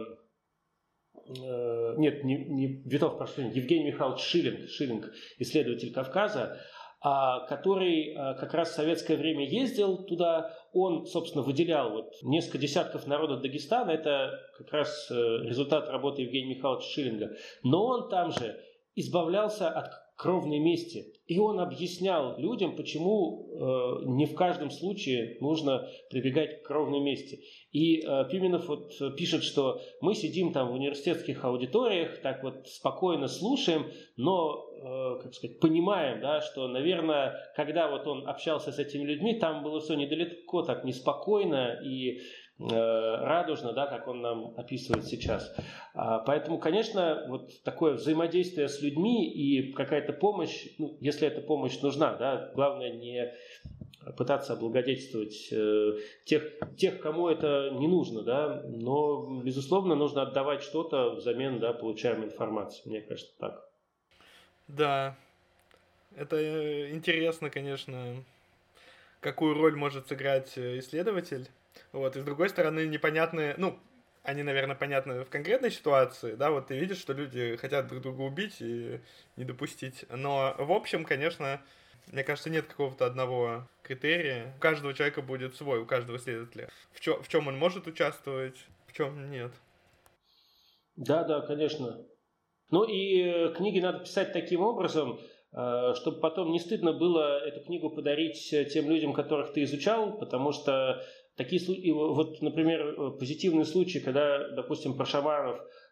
Нет, не Витов, прошу прощения, Евгений Михайлович Шиллинг, исследователь Кавказа, который как раз в советское время ездил туда. Он, собственно, выделял вот несколько десятков народов Дагестана. Это как раз результат работы Евгения Михайловича Шиллинга. Но он там же избавлялся от кровной мести. И он объяснял людям, почему не в каждом случае нужно прибегать к кровной мести. И Пименов вот пишет, что мы сидим там в университетских аудиториях, так вот спокойно слушаем, но, как сказать, понимаем, да, что, наверное, когда вот он общался с этими людьми, там было все недалеко так неспокойно и радужно, да, как он нам описывает сейчас. Поэтому, конечно, вот такое взаимодействие с людьми и какая-то помощь, ну, если эта помощь нужна, да, главное не пытаться облагодетельствовать тех, кому это не нужно, да, но, безусловно, нужно отдавать что-то взамен, да, получаемой информации, мне кажется, так. Да, это интересно, конечно, какую роль может сыграть исследователь. Вот, и с другой стороны, непонятные, ну, они, наверное, понятны в конкретной ситуации, да, вот ты видишь, что люди хотят друг друга убить и не допустить, но в общем, конечно, мне кажется, нет какого-то одного критерия, у каждого человека будет свой, у каждого исследователя, в чем он может участвовать, в чем нет. Да, конечно. Ну и книги надо писать таким образом, чтобы потом не стыдно было эту книгу подарить тем людям, которых ты изучал, потому что такие случаи, вот, например, позитивные случаи, когда, допустим, про шаманов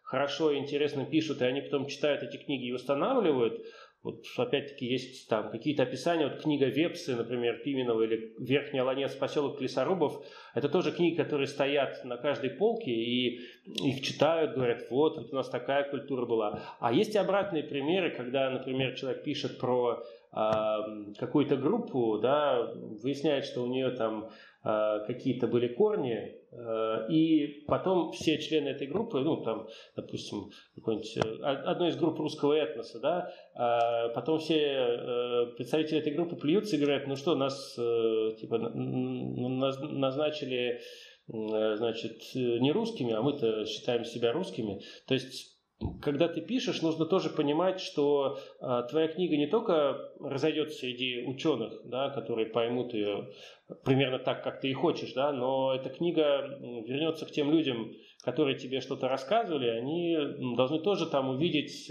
хорошо и интересно пишут, и они потом читают эти книги и устанавливают. Вот опять-таки есть там какие-то описания, вот книга Вепсы, например, Пименова, или Верхний Олонец, поселок Лесорубов. Это тоже книги, которые стоят на каждой полке, и их читают, говорят, вот у нас такая культура была. А есть и обратные примеры, когда, например, человек пишет про какую-то группу, да, выясняет, что у нее там какие-то были корни, и потом все члены этой группы, ну, там, допустим, одной из групп русского этноса, да, потом все представители этой группы плюются и говорят, ну что, нас типа назначили, значит, не русскими, а мы-то считаем себя русскими. То есть когда ты пишешь, нужно тоже понимать, что твоя книга не только разойдется среди ученых, да, которые поймут ее примерно так, как ты и хочешь, да, но эта книга вернется к тем людям, которые тебе что-то рассказывали, они должны тоже там увидеть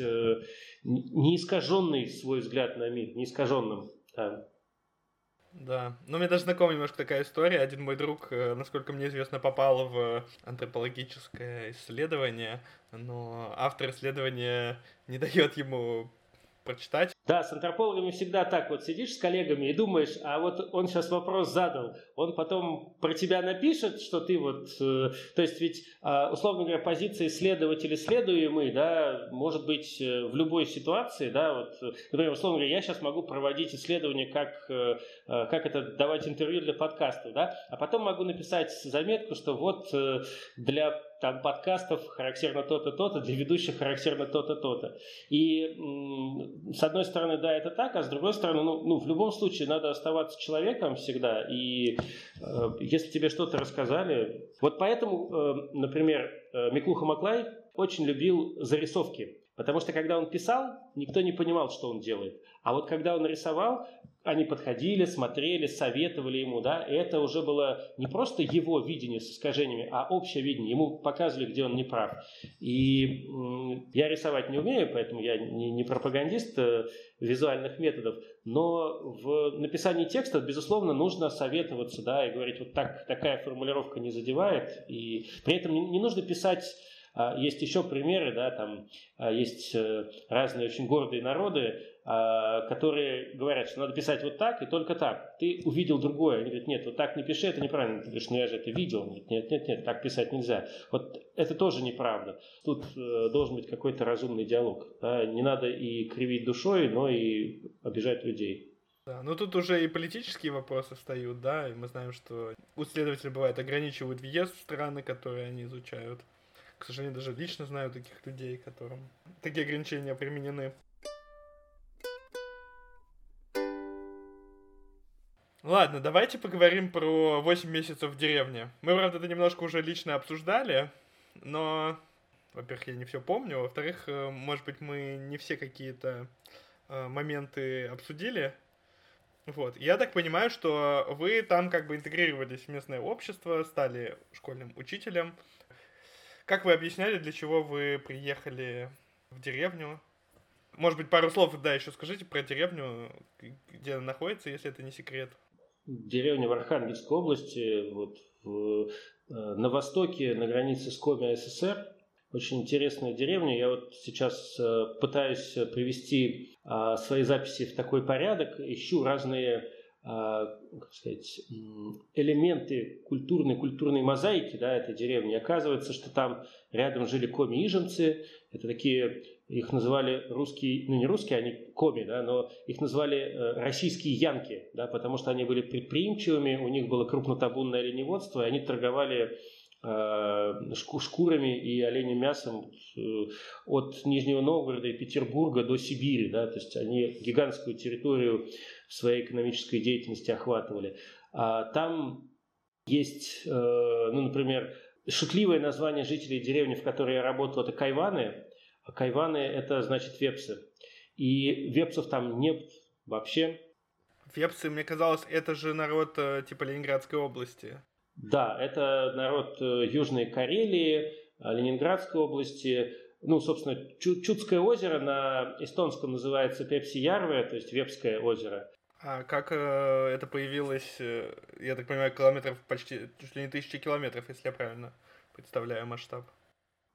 неискаженный свой взгляд на мир, неискаженным. Да. Да, ну мне даже знакома немножко такая история. Один мой друг, насколько мне известно, попал в антропологическое исследование, но автор исследования не дает ему прочитать. Да, с антропологами всегда так вот сидишь с коллегами и думаешь, а вот он сейчас вопрос задал, он потом про тебя напишет, что ты вот, то есть ведь, условно говоря, позиция исследователь исследуемый, да, может быть в любой ситуации, да, вот, например, условно говоря, я сейчас могу проводить исследование, как это давать интервью для подкастов, да, а потом могу написать заметку, что вот для там подкастов характерно то-то, то-то, для ведущих характерно то-то, то-то. И с одной стороны, да, это так, а с другой стороны, ну в любом случае надо оставаться человеком всегда. И если тебе что-то рассказали... Вот поэтому, например, Миклуха Маклай очень любил зарисовки. Потому что когда он писал, никто не понимал, что он делает. А вот когда он рисовал, они подходили, смотрели, советовали ему, да, и это уже было не просто его видение с искажениями, а общее видение. Ему показывали, где он не прав. И я рисовать не умею, поэтому я не пропагандист визуальных методов, но в написании текста, безусловно, нужно советоваться, да, и говорить, вот так, такая формулировка не задевает, и при этом не нужно писать. Есть еще примеры, да, там есть разные очень гордые народы, которые говорят, что надо писать вот так и только так. Ты увидел другое. Они говорят, нет, вот так не пиши, это неправильно. Ты говоришь, ну я же это видел. Нет, так писать нельзя. Вот это тоже неправда. Тут должен быть какой-то разумный диалог. Да? Не надо и кривить душой, но и обижать людей. Да, ну тут уже и политические вопросы встают, да, и мы знаем, что исследователи, бывает, ограничивают въезд в страны, которые они изучают. К сожалению, даже лично знаю таких людей, которым такие ограничения применены. Ладно, давайте поговорим про 8 месяцев в деревне. Мы, правда, это немножко уже лично обсуждали, но, во-первых, я не все помню, во-вторых, может быть, мы не все какие-то моменты обсудили. Вот. Я так понимаю, что вы там как бы интегрировались в местное общество, стали школьным учителем. Как вы объясняли, для чего вы приехали в деревню? Может быть, пару слов, да, еще скажите про деревню, где она находится, если это не секрет. Деревня в Архангельской области, вот на востоке, на границе с Коми СССР. Очень интересная деревня. Я вот сейчас пытаюсь привести свои записи в такой порядок, ищу разные, как сказать, элементы культурной мозаики, да, этой деревни. И оказывается, что там рядом жили коми-ижемцы. Это такие, их называли русские, ну не русские, они коми, да, но их называли российские янки, да, потому что они были предприимчивыми, у них было крупнотабунное оленеводство, и они торговали шкурами и оленем мясом от Нижнего Новгорода и Петербурга до Сибири, да, то есть они гигантскую территорию в своей экономической деятельности охватывали. Там есть, ну, например, шутливое название жителей деревни, в которой я работал, это кайваны. А кайваны – это значит вепсы. И вепсов там нет вообще. Вепсы, мне казалось, это же народ типа Ленинградской области. Да, это народ Южной Карелии, Ленинградской области. Ну, собственно, Чудское озеро на эстонском называется Пепси-Ярве, то есть Вепское озеро. А как это появилось, я так понимаю, километров почти, чуть ли не 1000 километров, если я правильно представляю масштаб?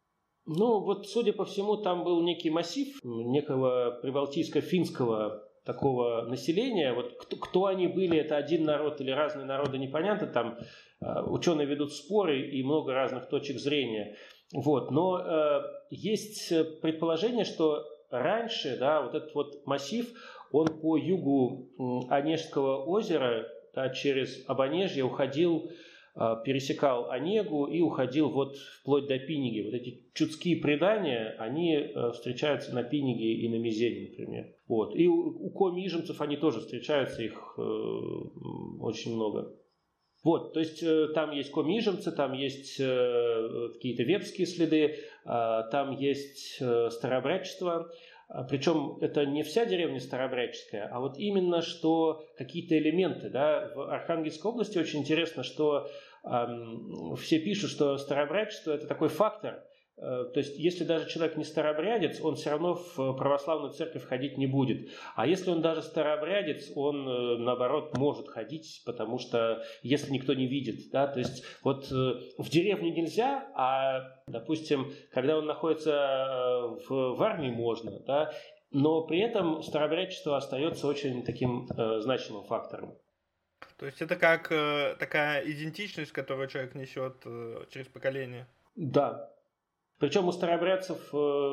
Ну, вот, судя по всему, там был некий массив некого прибалтийско-финского такого населения. Вот кто они были, это один народ или разные народы, непонятно. Там ученые ведут споры и много разных точек зрения. Вот. Но есть предположение, что раньше, да, вот этот вот массив, он по югу Онежского озера, да, через Обонежье уходил, пересекал Онегу и уходил вот вплоть до Пиниги. Вот эти чудские предания, они встречаются на Пиниге и на Мизене, например. Вот. И у коми-ижемцев они тоже встречаются, их очень много. Вот, то есть там есть коми-ижемцы, там есть какие-то вепские следы, там есть старообрядчество. Причем это не вся деревня старообрядческая, а вот именно что какие-то элементы. Да? В Архангельской области очень интересно, что все пишут, что старообрядчество – это такой фактор. То есть, если даже человек не старообрядец, он все равно в православную церковь ходить не будет. А если он даже старообрядец, он, наоборот, может ходить, потому что, если никто не видит. Да? То есть, вот в деревне нельзя, а, допустим, когда он находится в армии, можно. Да? Но при этом старообрядчество остается очень таким значимым фактором. То есть, это как такая идентичность, которую человек несет через поколение? Да. Причем у старообрядцев,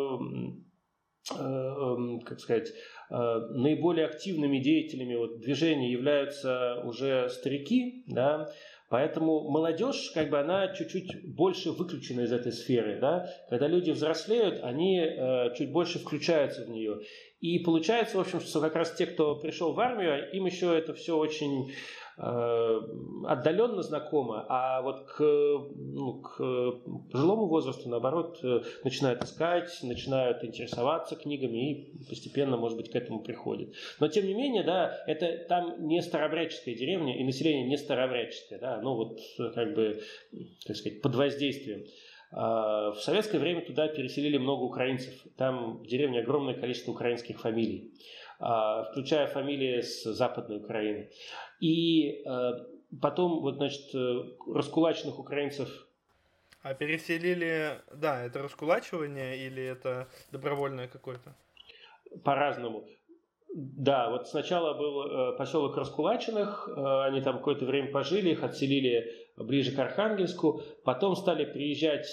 как сказать, наиболее активными деятелями вот движения являются уже старики, да, поэтому молодежь, как бы, она чуть-чуть больше выключена из этой сферы, да. Когда люди взрослеют, они чуть больше включаются в нее. И получается, в общем, что как раз те, кто пришел в армию, им еще это все очень отдаленно знакомо, а вот к пожилому возрасту, наоборот, начинают искать, начинают интересоваться книгами и постепенно, может быть, к этому приходят. Но, тем не менее, да, это там не старообрядческая деревня, и население не старообрядческое, да, оно вот, как бы, так сказать, под воздействием. В советское время туда переселили много украинцев. Там в деревне огромное количество украинских фамилий, включая фамилии с Западной Украины. И потом, вот, значит, раскулаченных украинцев... А переселили, да, это раскулачивание или это добровольное какое-то? По-разному. Да, вот сначала был поселок Раскулаченных, они там какое-то время пожили, их отселили ближе к Архангельску, потом стали приезжать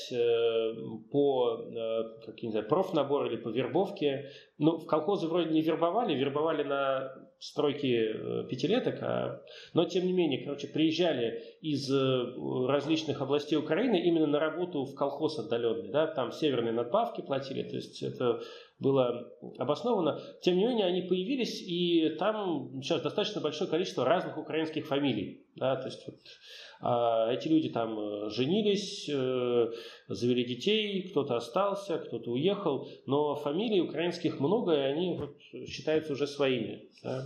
по профнабору или по вербовке. Ну, в колхозы вроде не вербовали, вербовали на стройки пятилеток, но тем не менее, короче, приезжали из различных областей Украины именно на работу в колхоз отдаленный, да, там северные надбавки платили, то есть это было обосновано. Тем не менее, они появились, и там сейчас достаточно большое количество разных украинских фамилий. Да, то есть вот, эти люди там женились, завели детей, кто-то остался, кто-то уехал, но фамилий украинских много, и они вот считаются уже своими. Да.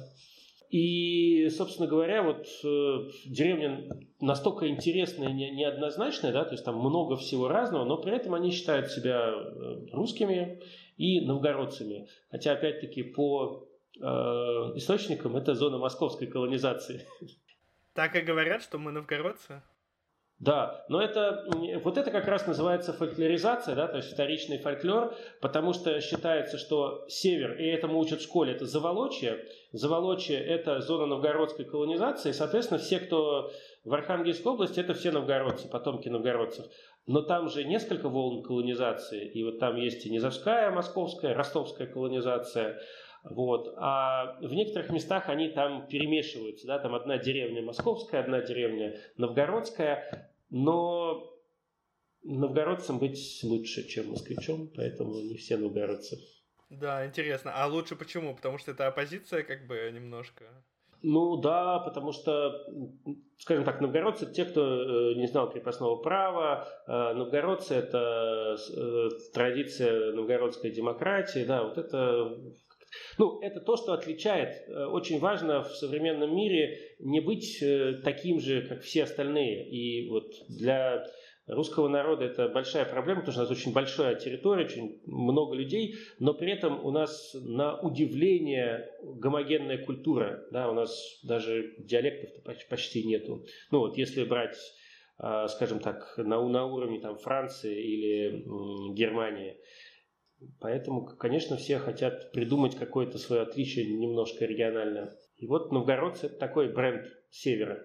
И, собственно говоря, вот деревня настолько интересная и неоднозначная, да, то есть там много всего разного, но при этом они считают себя русскими и новгородцами. Хотя, опять-таки, по источникам это зона московской колонизации. Так и говорят, что мы новгородцы? Да, но вот это как раз называется фольклоризация, да, то есть вторичный фольклор, потому что считается, что север, и этому учат в школе, это Заволочье. Заволочье – это зона новгородской колонизации, и, соответственно, все, кто в Архангельской области, это все новгородцы, потомки новгородцев. Но там же несколько волн колонизации, и вот там есть и Низовская, Московская, Ростовская колонизация. Вот. А в некоторых местах они там перемешиваются. Да? Там одна деревня московская, одна деревня новгородская. Но новгородцам быть лучше, чем москвичом, поэтому не все новгородцы. Да, интересно. А лучше почему? Потому что это оппозиция как бы немножко... Ну да, потому что, скажем так, новгородцы – те, кто не знал крепостного права, новгородцы – это традиция новгородской демократии, да, вот это… Ну, это то, что отличает. Очень важно в современном мире не быть таким же, как все остальные. И вот для русского народа это большая проблема, потому что у нас очень большая территория, очень много людей, но при этом у нас на удивление гомогенная культура. Да, у нас даже диалектов почти нету. Ну вот если брать скажем так, на уровне там Франции или Германии. Поэтому, конечно, все хотят придумать какое-то свое отличие немножко региональное. И вот новгородцы — это такой бренд севера.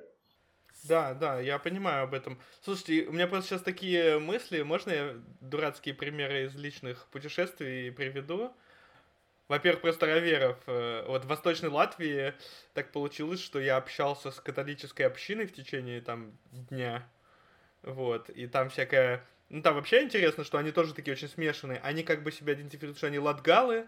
Да, я понимаю об этом. Слушайте, у меня просто сейчас такие мысли. Можно я дурацкие примеры из личных путешествий приведу? Во-первых, про староверов. Вот в Восточной Латвии так получилось, что я общался с католической общиной в течение там дня. Вот, и там всякая... Ну, там вообще интересно, что они тоже такие очень смешанные. Они как бы себя идентифицируют, что они латгалы,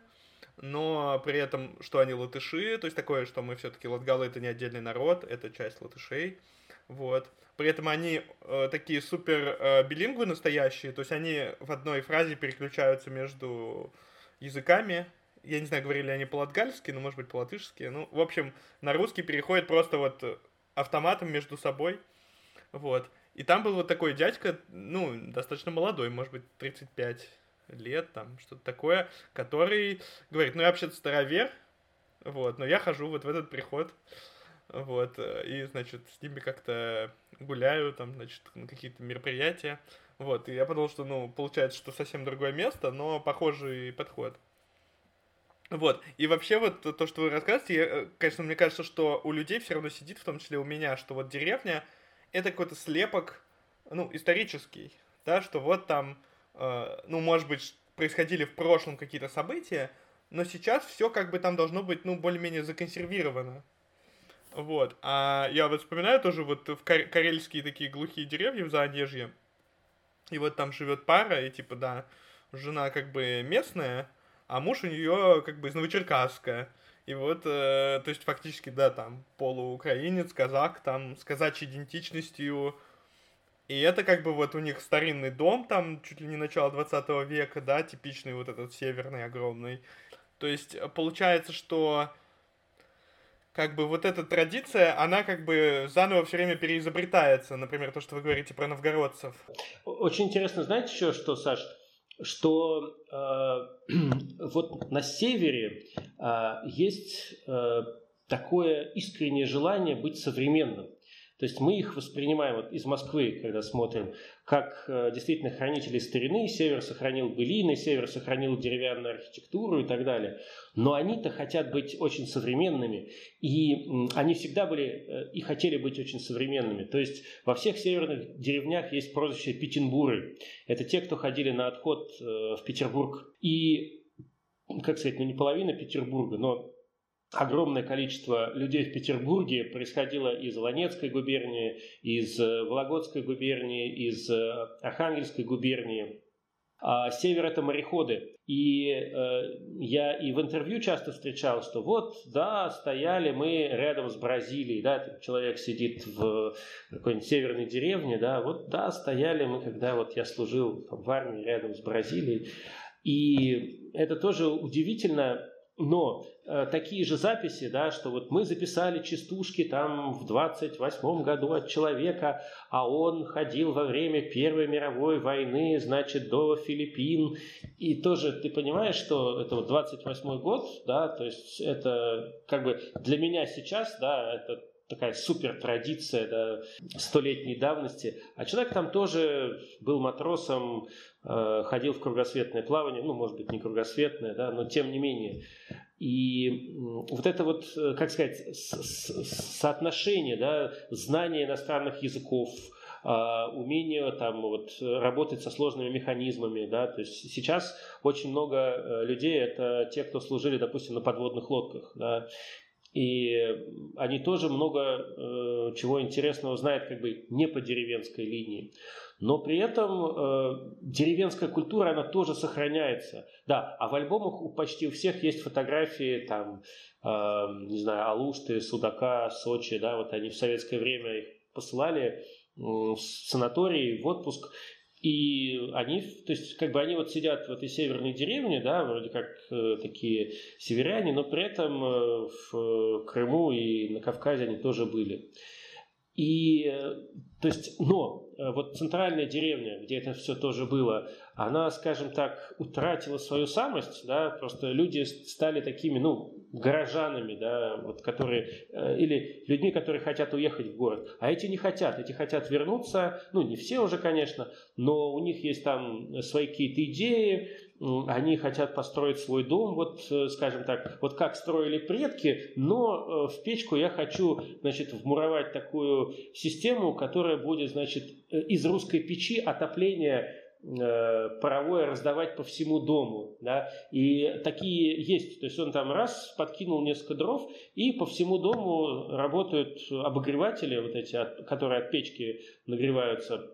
но при этом, что они латыши, то есть такое, что мы все-таки латгалы это не отдельный народ, это часть латышей, вот. При этом они такие супер билингвы настоящие, то есть они в одной фразе переключаются между языками. Я не знаю, говорили они по-латгальски, но может быть по-латышски. Ну, в общем, на русский переходят просто вот автоматом между собой, вот. И там был вот такой дядька, ну, достаточно молодой, может быть, 35 лет, там, что-то такое, который говорит, ну, я вообще-то старовер, вот, но я хожу вот в этот приход, вот, и, значит, с ними как-то гуляю, там, значит, на какие-то мероприятия, вот, и я подумал, что, ну, получается, что совсем другое место, но похожий подход. Вот, и вообще вот то, что вы рассказываете, конечно, мне кажется, что у людей все равно сидит, в том числе у меня, что вот деревня, это какой-то слепок, ну, исторический, да, что вот там, ну, может быть, происходили в прошлом какие-то события, но сейчас все как бы там должно быть, ну, более-менее законсервировано. Вот, а я вот вспоминаю тоже вот в карельские такие глухие деревья в Заонежье, и вот там живет пара, и типа, да, жена как бы местная, а муж у нее как бы из Новочеркасска. И вот, то есть фактически, да, там, полуукраинец, казак, там, с казачьей идентичностью. И это как бы вот у них старинный дом, там, чуть ли не начало 20 века, да, типичный вот этот северный огромный. То есть получается, что как бы вот эта традиция, она как бы заново все время переизобретается. Например, то, что вы говорите про новгородцев. Очень интересно, знаете еще что, Саш? Что вот на севере есть такое искреннее желание быть современным. То есть мы их воспринимаем вот из Москвы, когда смотрим, как действительно хранители старины. Север сохранил былины, север сохранил деревянную архитектуру и так далее. Но они-то хотят быть очень современными. И они всегда были и хотели быть очень современными. То есть во всех северных деревнях есть прозвище Петербуры. Это те, кто ходили на отход в Петербург. И, как сказать, ну не половина Петербурга, но огромное количество людей в Петербурге происходило из Ланецкой губернии, из Вологодской губернии, из Архангельской губернии. А север – это мореходы. И я и в интервью часто встречал, что вот, да, стояли мы рядом с Бразилией, да, там человек сидит в какой-нибудь северной деревне, да, вот, да, стояли мы, когда вот я служил там, в армии рядом с Бразилией. И это тоже удивительно. Но такие же записи, да, что вот мы записали частушки там в 28 году от человека, а он ходил во время Первой мировой войны, значит, до Филиппин. И тоже ты понимаешь, что это вот 28 год, да, то есть это как бы для меня сейчас, да, это такая супер традиция, да, столетней давности. А человек там тоже был матросом, ходил в кругосветное плавание, ну, может быть, не кругосветное, да, но тем не менее. И вот это вот, как сказать, соотношение, да, знания иностранных языков, умение там вот работать со сложными механизмами, да, то есть сейчас очень много людей, это те, кто служили, допустим, на подводных лодках, да, и они тоже много чего интересного знают как бы не по деревенской линии. Но при этом деревенская культура, она тоже сохраняется. Да, а в альбомах почти у всех есть фотографии, там, не знаю, Алушты, Судака, Сочи, да, вот они в советское время их посылали в санатории, в отпуск. И они, то есть, как бы они вот сидят в этой северной деревне, да, вроде как такие северяне, но при этом в Крыму и на Кавказе они тоже были. И, то есть, но вот центральная деревня, где это все тоже было, она, скажем так, утратила свою самость, да, просто люди стали такими, горожанами, да, вот, которые, или людьми, которые хотят уехать в город, а эти не хотят, эти хотят вернуться, не все уже, конечно, но у них есть там свои какие-то идеи, они хотят построить свой дом, вот, скажем так, вот как строили предки, но в печку я хочу, значит, вмуровать такую систему, которая будет, значит, из русской печи отопление паровое раздавать по всему дому, да, и такие есть, то есть он там раз подкинул несколько дров, и по всему дому работают обогреватели, вот эти, которые от печки нагреваются,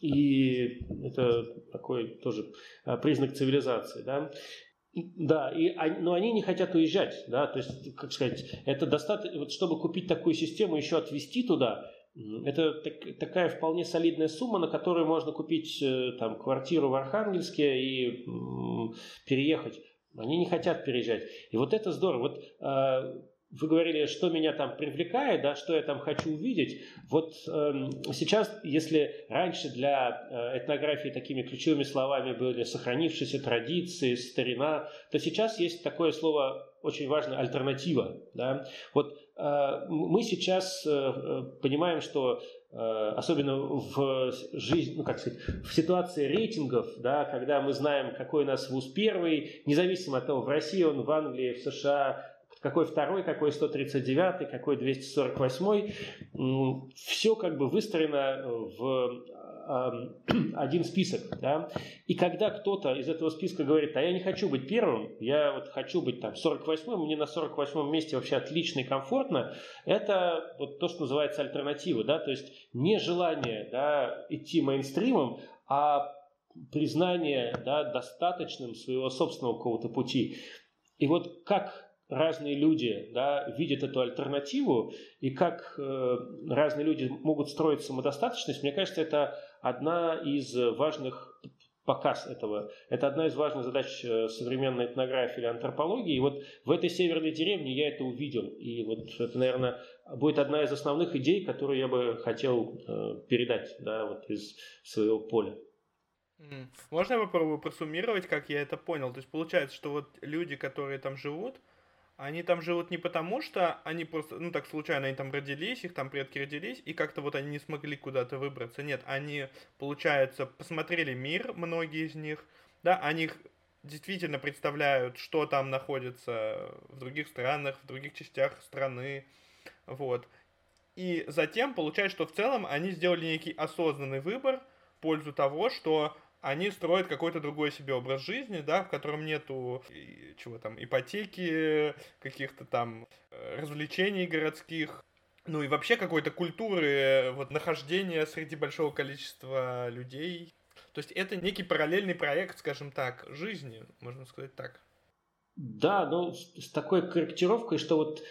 и это такой тоже признак цивилизации, да. Да, но они не хотят уезжать, да, то есть, как сказать, это достаточно, вот чтобы купить такую систему, еще отвезти туда, это такая вполне солидная сумма, на которую можно купить там квартиру в Архангельске и переехать. Они не хотят переезжать. И вот это здорово. Вот вы говорили, что меня там привлекает, да, что я там хочу увидеть. Вот сейчас, если раньше для этнографии такими ключевыми словами были сохранившиеся традиции, старина, то сейчас есть такое слово очень важное — альтернатива. Да? Вот мы сейчас понимаем, что особенно в жизни, в ситуации рейтингов, да, когда мы знаем, какой у нас вуз первый, независимо от того, в России он, в Англии, в США, какой второй, какой 139-й, какой 248-й, все как бы выстроено в один список, да? И когда кто-то из этого списка говорит: а я не хочу быть первым, я вот хочу быть там 48-м, мне на 48-м месте вообще отлично и комфортно, это вот то, что называется альтернатива, да, то есть не желание, да, идти мейнстримом, а признание, да, достаточным своего собственного какого-то пути. И вот как разные люди, да, видят эту альтернативу, и как разные люди могут строить самодостаточность, мне кажется, это одна из важных показ этого. Это одна из важных задач современной этнографии или антропологии. И вот в этой северной деревне я это увидел. И вот это, наверное, будет одна из основных идей, которую я бы хотел передать, да, вот из своего поля. Можно я попробую просуммировать, как я это понял? То есть получается, что вот люди, которые там живут, они там живут не потому, что они просто, так случайно они там родились, их там предки родились, и как-то вот они не смогли куда-то выбраться. Нет, они, получается, посмотрели мир, многие из них, да, они действительно представляют, что там находится в других странах, в других частях страны, вот. И затем получается, что в целом они сделали некий осознанный выбор в пользу того, что они строят какой-то другой себе образ жизни, да, в котором нету чего там, ипотеки, каких-то там развлечений городских, и вообще какой-то культуры вот нахождения среди большого количества людей. То есть это некий параллельный проект, скажем так, жизни, можно сказать так. Да, с такой корректировкой, что вот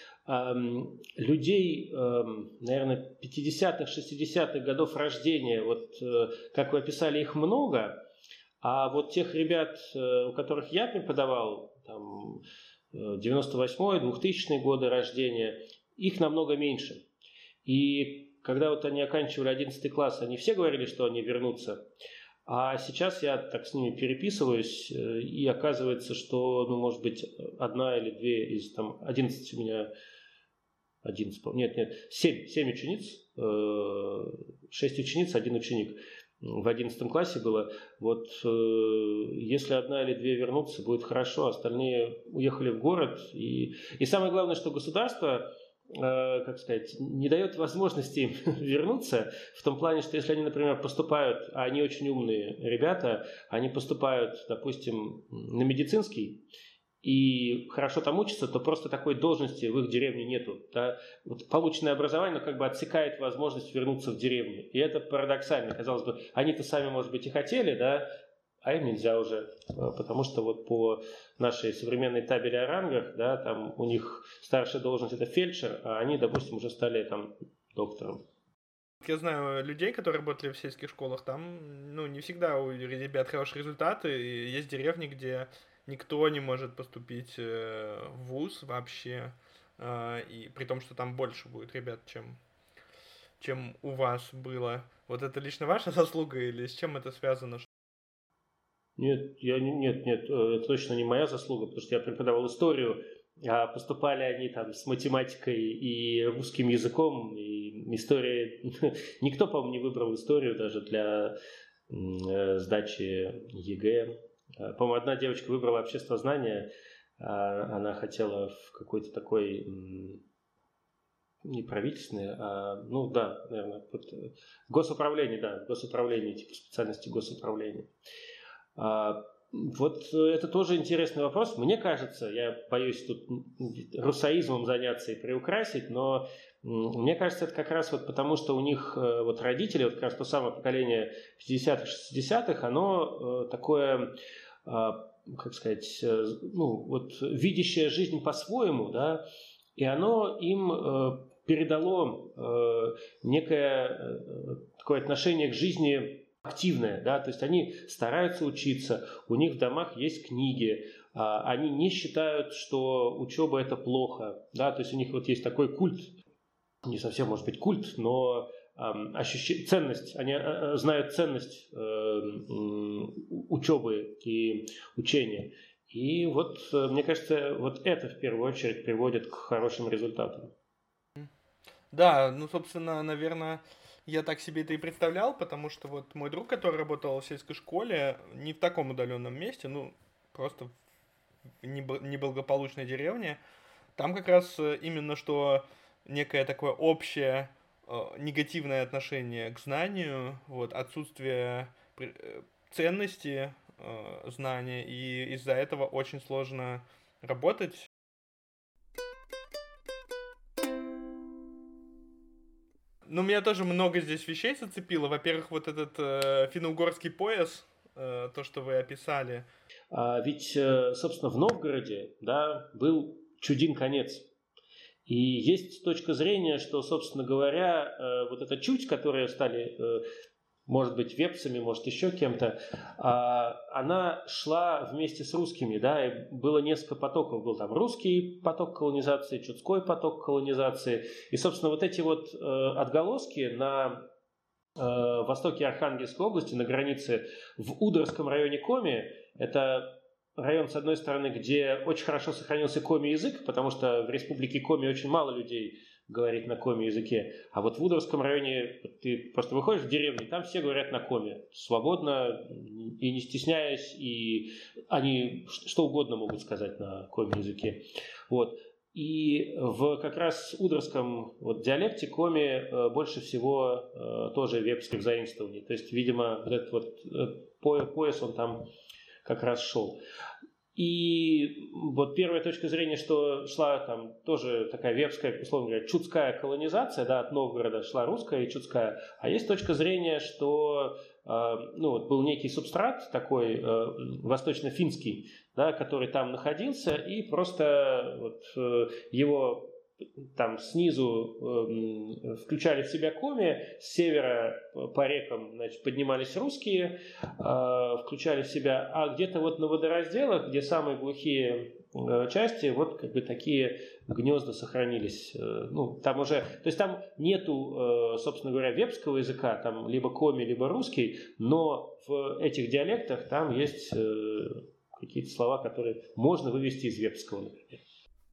людей, наверное, 50-х, 60-х годов рождения, вот как вы описали, их много, а вот тех ребят, у которых я преподавал, там, 98-й, 2000-е годы рождения, их намного меньше. И когда вот они оканчивали 11 класс, они все говорили, что они вернутся. А сейчас я так с ними переписываюсь, и оказывается, что, может быть, одна или две из там 11 у меня, 11, нет, 7 учениц, 6 учениц, 1 ученик в 11 классе было. Вот если одна или две вернутся, будет хорошо, остальные уехали в город. И самое главное, что государство, как сказать, не дает возможности им вернуться, в том плане, что если они, например, поступают, а они очень умные ребята, они поступают, допустим, на медицинский и хорошо там учатся, то просто такой должности в их деревне нету. Да? Вот полученное образование, как бы отсекает возможность вернуться в деревню. И это парадоксально. Казалось бы, они-то сами, может быть, и хотели, да, а им нельзя уже, потому что вот по нашей современной табели о рангах, да, там у них старшая должность — это фельдшер, а они, допустим, уже стали там доктором. Я знаю людей, которые работали в сельских школах, там, не всегда у ребят хорошие результаты, и есть деревни, где никто не может поступить в вуз вообще, и при том, что там больше будет ребят, чем чем у вас было. Вот это лично ваша заслуга или с чем это связано? Нет, это точно не моя заслуга, потому что я преподавал историю, а поступали они там с математикой и русским языком, и история... Никто, по-моему, не выбрал историю даже для сдачи ЕГЭ. По-моему, одна девочка выбрала обществознание, она хотела в какой-то такой... Не правительственное, ну да, наверное, госуправление, типа специальности госуправления. Вот это тоже интересный вопрос. Мне кажется, я боюсь тут русаизмом заняться и приукрасить, но мне кажется, это как раз вот потому, что у них вот родители, вот как раз то самое поколение 50-х, 60-х, оно такое, как сказать, ну вот видящее жизнь по-своему, да, и оно им передало некое такое отношение к жизни активное, да, то есть они стараются учиться, у них в домах есть книги, они не считают, что учеба это плохо, да, то есть у них вот есть такой культ, не совсем может быть культ, но ценность, они знают ценность учебы и учения. И вот, мне кажется, вот это в первую очередь приводит к хорошим результатам. Да, ну, собственно, наверное, я так себе это и представлял, потому что вот мой друг, который работал в сельской школе, не в таком удаленном месте, ну, просто в неблагополучной деревне, там как раз именно что некое такое общее негативное отношение к знанию, вот, отсутствие ценности знания, и из-за этого очень сложно работать. Ну, меня тоже много здесь вещей зацепило. Во-первых, вот этот финно-угорский пояс, то, что вы описали. Ведь, собственно, в Новгороде, да, был Чудин конец. И есть точка зрения, что, собственно говоря, вот эта чуть, которые стали, может быть, вепсами, может, еще кем-то, она шла вместе с русскими, да, и было несколько потоков. Был там русский поток колонизации, чудской поток колонизации. И, собственно, вот эти вот отголоски на востоке Архангельской области, на границе в Удорском районе Коми, это район, с одной стороны, где очень хорошо сохранился коми-язык, потому что в республике Коми очень мало людей говорит на коми-языке. А вот в Удорском районе ты просто выходишь в деревню, там все говорят на коми. Свободно и не стесняясь, и они что угодно могут сказать на коми-языке. Вот. И в как раз удорском вот диалекте коми больше всего тоже вепских заимствований. То есть, видимо, вот этот вот пояс, он там как раз шел. И вот первая точка зрения, что шла там тоже такая вепская, условно говоря, чудская колонизация, да, от Новгорода шла русская и чудская. А есть точка зрения, что ну, вот был некий субстрат такой восточно-финский, да, который там находился, и просто вот, его там снизу включали в себя коми, с севера по рекам, значит, поднимались русские, включали в себя, а где-то вот на водоразделах, где самые глухие части, вот как бы такие гнезда сохранились. Ну, там уже, то есть там нету, собственно говоря, вепского языка, там либо коми, либо русский, но в этих диалектах там есть какие-то слова, которые можно вывести из вепского, например.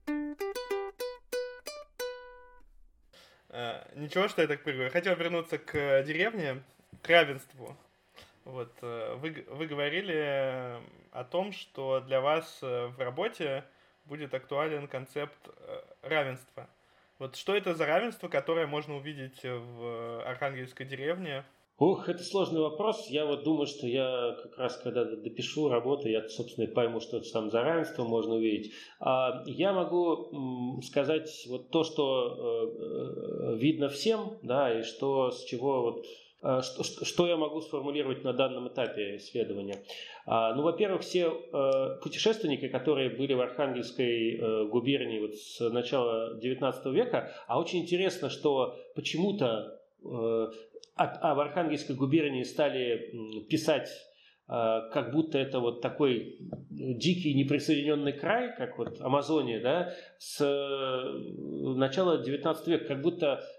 Ничего, что я так прыгаю. Хотел вернуться к деревне, к равенству. Вот, вы говорили о том, что для вас в работе будет актуален концепт равенства. Вот что это за равенство, которое можно увидеть в архангельской деревне? Ох, это сложный вопрос. Я вот думаю, что я как раз, когда допишу работу, я, собственно, и пойму, что это там за равенство можно увидеть. Я могу сказать вот то, что видно всем, да, и что, с чего вот, что я могу сформулировать на данном этапе исследования. Ну, во-первых, все путешественники, которые были в Архангельской губернии вот с начала XIX века, а очень интересно, что почему-то в Архангельской губернии стали писать, как будто это вот такой дикий неприсоединенный край, как вот Амазония, да, с начала XIX века, как будто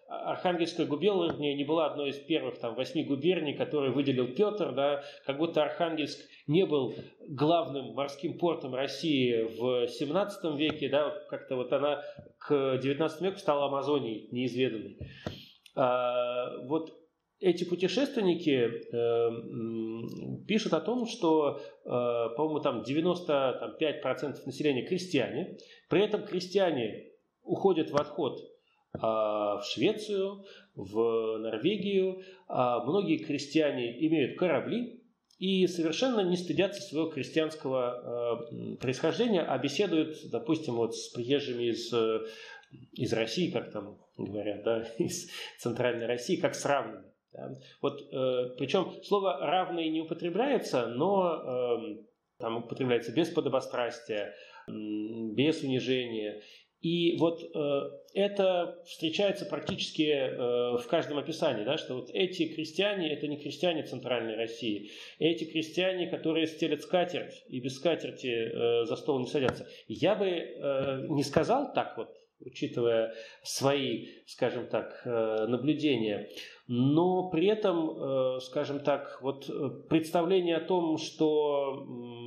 Архангельская губерния не была одной из первых 8 губерний, которые выделил Петр, да, как будто Архангельск не был главным морским портом России в 17 веке, да, как-то вот она к 19 веку стала Амазонией неизведанной. Вот эти путешественники пишут о том, что, по-моему, 95% населения крестьяне. При этом крестьяне уходят в отход в Швецию, в Норвегию. Многие крестьяне имеют корабли и совершенно не стыдятся своего крестьянского происхождения, а беседуют, допустим, вот с приезжими из России, как там говорят, да, из Центральной России, как с равными. Да. Вот, причем слово «равный» не употребляется, но там употребляется без подобострастия, без унижения. И вот это встречается практически в каждом описании, да, что вот эти крестьяне – это не крестьяне Центральной России, эти крестьяне, которые стелят скатерть и без скатерти за стол не садятся. Я бы не сказал так вот, учитывая свои, скажем так, наблюдения, но при этом, скажем так, вот представление о том, что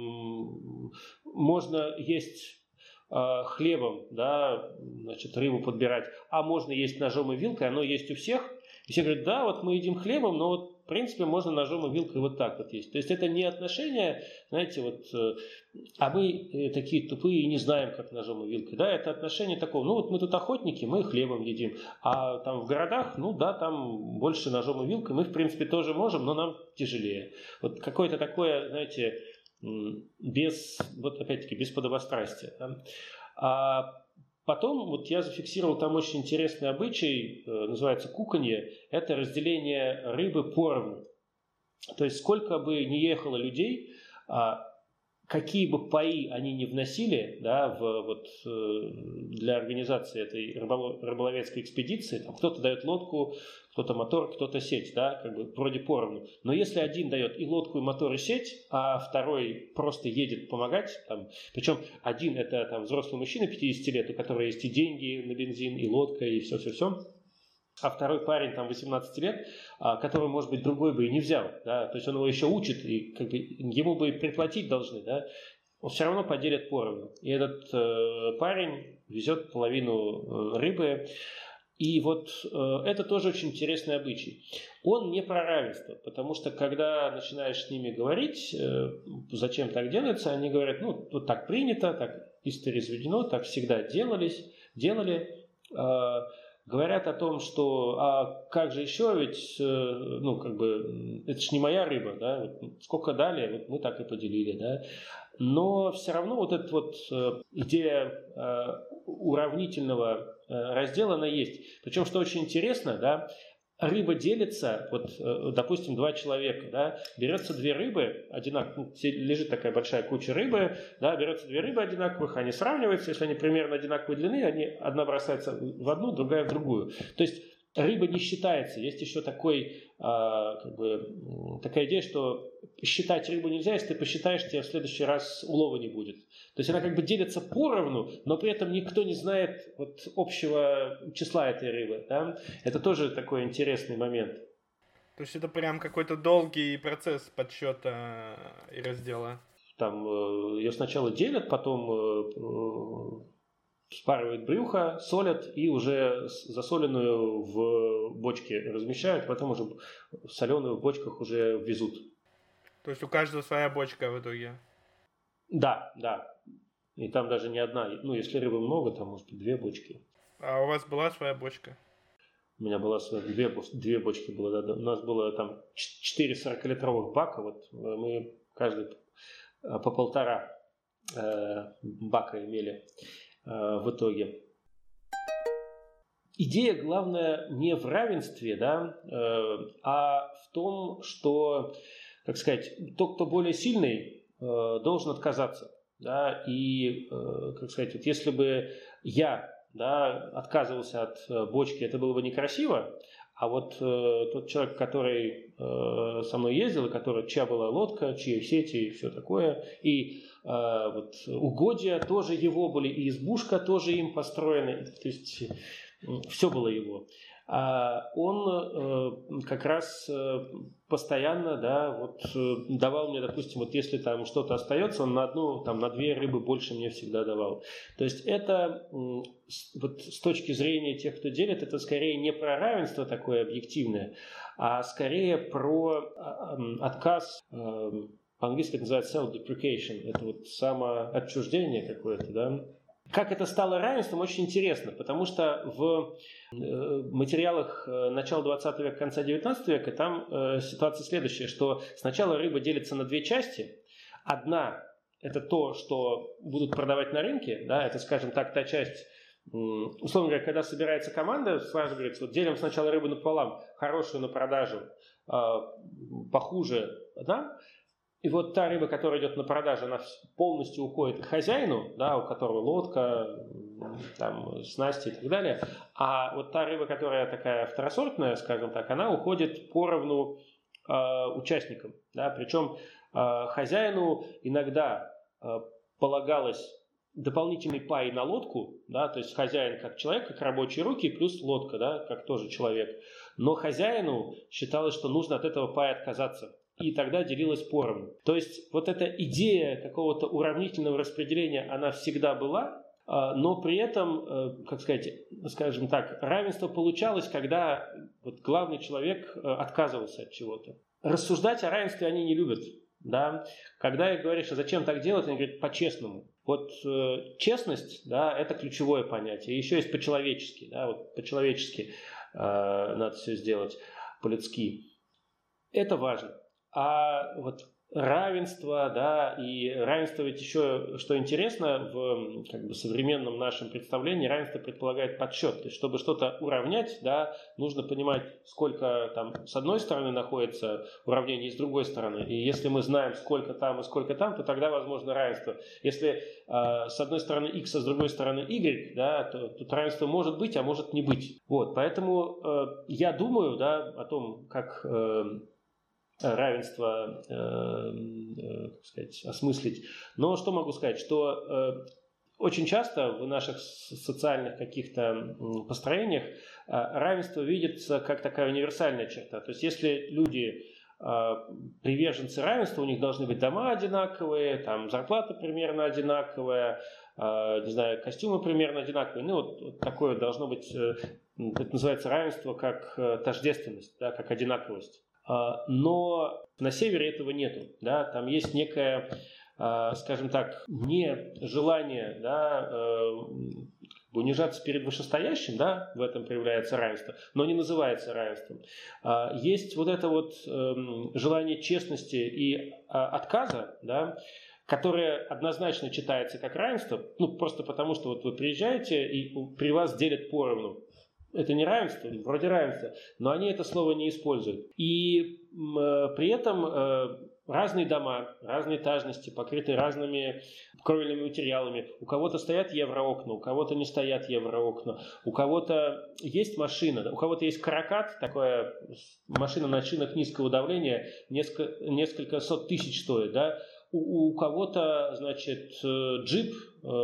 можно есть хлебом, да, значит, рыбу подбирать, а можно есть ножом и вилкой, оно есть у всех. И все говорят, да, вот мы едим хлебом, но вот в принципе можно ножом и вилкой вот так вот есть. То есть это не отношение, знаете, вот, а мы такие тупые и не знаем, как ножом и вилкой. Да, это отношение такого, ну вот мы тут охотники, мы хлебом едим, а там в городах, ну да, там больше ножом и вилкой, мы в принципе тоже можем, но нам тяжелее. Вот какое-то такое, знаете, без, вот опять-таки, без подобострастия. Да? А потом вот я зафиксировал там очень интересный обычай, называется куканье. Это разделение рыбы поровну. То есть сколько бы ни ехало людей, какие бы паи они ни вносили, да, для организации этой рыболовецкой экспедиции, там кто-то дает лодку, кто-то мотор, кто-то сеть, да, как бы вроде поровну. Но если один дает и лодку, и мотор, и сеть, а второй просто едет помогать, причем один это взрослый мужчина 50 лет, у которого есть и деньги на бензин, и лодка, и все-все-все, а второй парень 18 лет, который, может быть, другой бы и не взял, да, то есть он его еще учит, и как бы ему бы приплатить должны, да, он все равно поделят поровну. И этот парень везет половину рыбы. И вот это тоже очень интересный обычай. Он не про равенство, потому что когда начинаешь с ними говорить, зачем так делается, они говорят, ну, вот так принято, так история заведено, так всегда делали. Говорят о том, что а как же еще, ведь, ну, как бы, это ж не моя рыба, да, вот сколько дали, вот мы так и поделили, да. Но все равно вот эта вот идея уравнительного раздела, она есть. Причем, что очень интересно, да, рыба делится, вот, допустим, 2 человека, да, берется 2 рыбы одинаковых, лежит такая большая куча рыбы, да, берется 2 рыбы одинаковых, они сравниваются, если они примерно одинаковой длины, одна бросается в одну, другая в другую. То есть рыба не считается. Есть еще такая идея, что считать рыбу нельзя, если ты посчитаешь, тебе в следующий раз улова не будет. То есть она как бы делится поровну, но при этом никто не знает вот общего числа этой рыбы. Да? Это тоже такой интересный момент. То есть это прям какой-то долгий процесс подсчета и раздела. Там ее сначала делят, потом спаривают брюхо, солят и уже засоленную в бочке размещают, потом уже соленую в бочках уже везут. То есть у каждого своя бочка в итоге? Да. И там даже не одна. Ну, если рыбы много, там может быть 2 бочки. А у вас была своя бочка? У меня была своя, 2 бочки было, да. У нас было там 4 40-литровых бака, вот мы каждый по 1,5 бака имели в итоге. Идея главная не в равенстве, да, а в том, что, как сказать, тот, кто более сильный, должен отказаться. Да, и, как сказать, вот если бы я, да, отказывался от бочки, это было бы некрасиво, а вот тот человек, который со мной ездил, чья была лодка, чьи сети и все такое, и вот угодья тоже его были, и избушка тоже им построена, то есть все было его. он как раз постоянно, да, вот давал мне, допустим, вот если там что-то остается, он на одну, там, на две рыбы больше мне всегда давал. То есть это вот с точки зрения тех, кто делит, это скорее не про равенство такое объективное, а скорее про отказ, по-английски это называется self-deprecation, это вот самоотчуждение какое-то, да. Как это стало равенством, очень интересно, потому что в материалах начала 20 века, конца 19 века там ситуация следующая, что сначала рыба делится на две части. Одна – это то, что будут продавать на рынке, да, это, скажем так, та часть, условно говоря, когда собирается команда, сразу говорится, вот делим сначала рыбу напополам, хорошую на продажу, похуже, да. И вот та рыба, которая идет на продажу, она полностью уходит к хозяину, да, у которого лодка, там, снасти и так далее. А вот та рыба, которая такая второсортная, скажем так, она уходит поровну участникам. Да. Причем хозяину иногда полагалось дополнительный пай на лодку, да, то есть хозяин как человек, как рабочие руки, плюс лодка, да, как тоже человек. Но хозяину считалось, что нужно от этого пая отказаться. И тогда делилась поровну. То есть вот эта идея какого-то уравнительного распределения, она всегда была, но при этом, как сказать, скажем так, равенство получалось, когда вот главный человек отказывался от чего-то. Рассуждать о равенстве они не любят. Да? Когда их говоришь, а зачем так делать, они говорят, по-честному. Вот честность, да, это ключевое понятие. И еще есть по-человечески. Да? Вот по-человечески надо все сделать, по-людски. Это важно. А вот равенство, да, и равенство ведь еще, что интересно, в как бы современном нашем представлении, равенство предполагает подсчет. То есть, чтобы что-то уравнять, да, нужно понимать, сколько там с одной стороны находится уравнение и с другой стороны. И если мы знаем, сколько там и сколько там, то тогда возможно равенство. Если с одной стороны x, а с другой стороны y, да, то тут равенство может быть, а может не быть. Вот, поэтому я думаю, да, о том, как равенство, как сказать, осмыслить. Но что могу сказать, что очень часто в наших социальных каких-то построениях равенство видится как такая универсальная черта. То есть если люди приверженцы равенства, у них должны быть дома одинаковые, там зарплата примерно одинаковая, не знаю, костюмы примерно одинаковые. Ну вот такое должно быть, это называется равенство как тождественность, да, как одинаковость. Но на севере этого нету, да, там есть некое, скажем так, не желание, да, унижаться перед вышестоящим, да, в этом проявляется равенство, но не называется равенством. Есть вот это вот желание честности и отказа, да, которое однозначно читается как равенство, ну, просто потому что вот вы приезжаете и при вас делят поровну. Это не равенство, вроде равенства, но они это слово не используют. И при этом разные дома, разные этажности, покрыты разными кровельными материалами. У кого-то стоят евроокна, у кого-то не стоят евроокна, у кого-то есть машина, у кого-то есть каракат, такая машина на шинах низкого давления, несколько сот тысяч стоит, да. У кого-то, значит, джип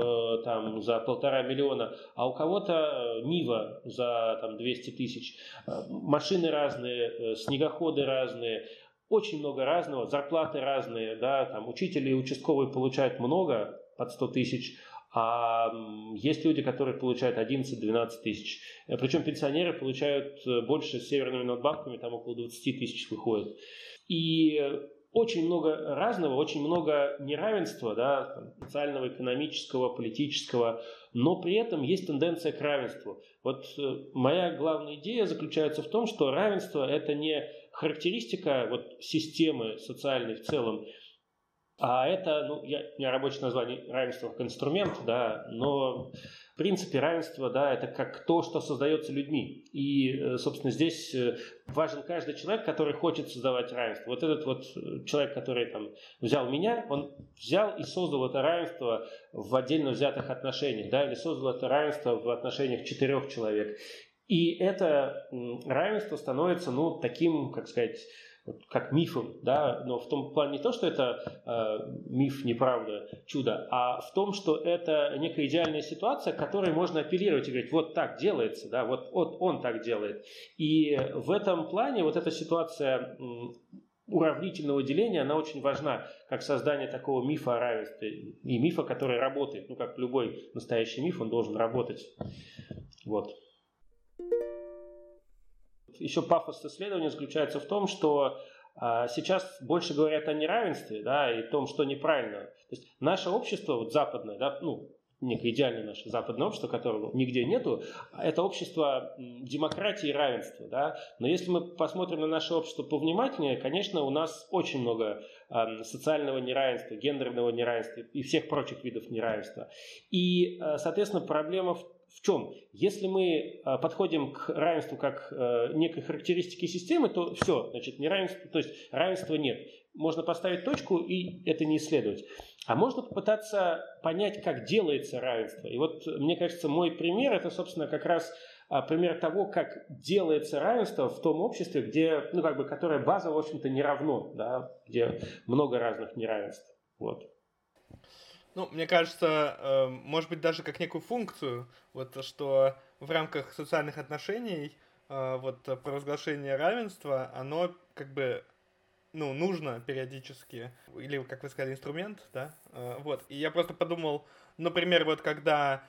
там за 1,5 миллиона, а у кого-то Нива за там 200 тысяч. Машины разные, снегоходы разные, очень много разного, зарплаты разные, да, там учители и участковые получают много, под 100 тысяч, а есть люди, которые получают 11-12 тысяч. Причем пенсионеры получают больше с северными надбавками, там около 20 тысяч выходит. И очень много разного, очень много неравенства, да, социального, экономического, политического, но при этом есть тенденция к равенству. Вот моя главная идея заключается в том, что равенство – это не характеристика вот, системы социальной в целом, а это, ну, у меня рабочее название равенство как инструмент, да, но в принципе равенство, да, это как то, что создается людьми. И, собственно, здесь важен каждый человек, который хочет создавать равенство. Вот этот вот человек, который там взял меня, он взял и создал это равенство в отдельно взятых отношениях, да, или создал это равенство в отношениях 4 человек. И это равенство становится, ну, таким, как сказать, вот, как мифом, да, но в том плане не то, что это миф, неправда, чудо, а в том, что это некая идеальная ситуация, к которой можно апеллировать и говорить, вот так делается, да, вот он так делает. И в этом плане вот эта ситуация уравнительного деления, она очень важна, как создание такого мифа о равенстве и мифа, который работает. Ну, как любой настоящий миф, он должен работать. Вот. Еще пафос исследования заключается в том, что сейчас больше говорят о неравенстве, да, и том, что неправильно. То есть наше общество, вот западное, да, ну, некое идеальное наше западное общество, которого нигде нету, это общество демократии и равенства. Да? Но если мы посмотрим на наше общество повнимательнее, конечно, у нас очень много социального неравенства, гендерного неравенства и всех прочих видов неравенства. И, соответственно, проблема в чем? Если мы подходим к равенству как некой характеристике системы, то все, значит, неравенство, то есть равенства нет. Можно поставить точку и это не исследовать. А можно попытаться понять, как делается равенство. И вот, мне кажется, мой пример – это, собственно, как раз пример того, как делается равенство в том обществе, где, ну, как бы, которое базово, в общем-то, не равно, да, где много разных неравенств. Вот. Ну, мне кажется, может быть, даже как некую функцию, вот, что в рамках социальных отношений вот, провозглашение равенства, оно как бы, ну, нужно периодически, или, как вы сказали, инструмент, да, вот, и я просто подумал, например, вот когда,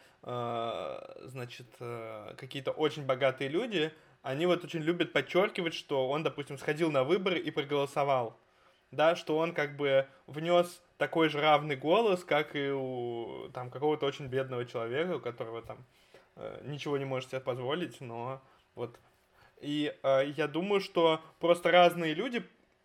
значит, какие-то очень богатые люди, они вот очень любят подчеркивать, что он, допустим, сходил на выборы и проголосовал, да, что он как бы внес такой же равный голос, как и у там какого-то очень бедного человека, у которого там ничего не может себе позволить, но вот. И я думаю, что просто разные люди,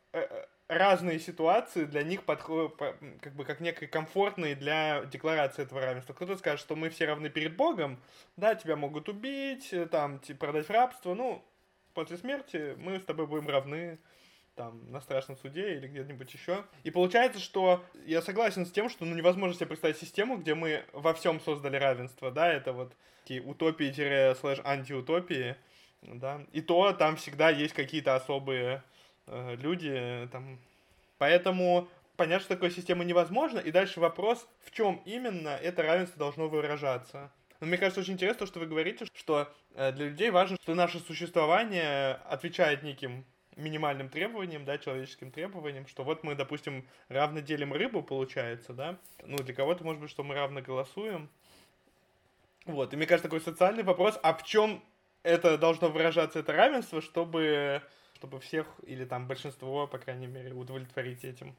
разные ситуации для них подходят как бы как некие комфортные для декларации этого равенства. Кто-то скажет, что мы все равны перед Богом, да, тебя могут убить, там, продать в рабство, ну, после смерти мы с тобой будем равны, там, на страшном суде или где-нибудь еще. И получается, что я согласен с тем, что ну, невозможно себе представить систему, где мы во всем создали равенство, да, это вот такие утопии-антиутопии, да, и то там всегда есть какие-то особые люди, там, поэтому понять, что такой системы невозможно, и дальше вопрос, в чем именно это равенство должно выражаться. Но мне кажется, очень интересно, что вы говорите, что для людей важно, что наше существование отвечает неким минимальным требованиям, да, человеческим требованиям, что вот мы, допустим, равно делим рыбу, получается, да, ну, для кого-то, может быть, что мы равно голосуем, вот, и мне кажется, такой социальный вопрос, а в чем это должно выражаться, это равенство, чтобы всех, или там большинство, по крайней мере, удовлетворить этим?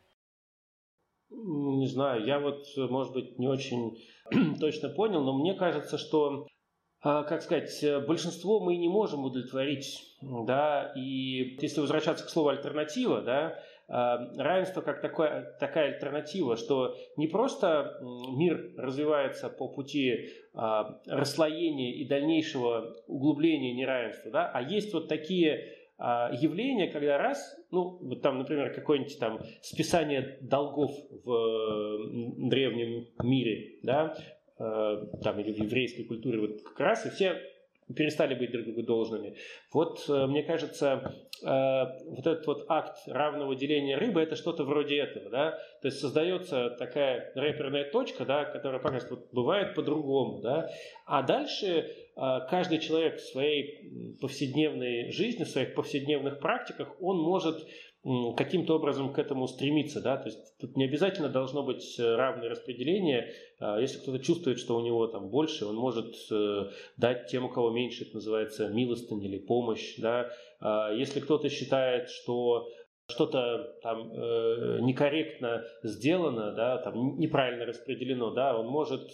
Не знаю, я вот, может быть, не очень точно понял, но мне кажется, что как сказать, большинство мы не можем удовлетворить, да, и если возвращаться к слову альтернатива, да, равенство как такая альтернатива, что не просто мир развивается по пути расслоения и дальнейшего углубления неравенства, да, а есть вот такие явления, когда раз, ну, вот там, например, какое-нибудь там списание долгов в древнем мире, да, там, или в еврейской культуре вот как раз, и все перестали быть друг другу должными. Вот, мне кажется, вот этот вот акт равного деления рыбы – это что-то вроде этого, да, то есть создается такая рэперная точка, да, которая показывает, вот бывает по-другому, да, а дальше каждый человек в своей повседневной жизни, в своих повседневных практиках, он может каким-то образом к этому стремиться, да, то есть тут не обязательно должно быть равное распределение, если кто-то чувствует, что у него там больше, он может дать тем, у кого меньше, это называется милостынь или помощь, да, если кто-то считает, что что-то там некорректно сделано, да, там неправильно распределено, да, он может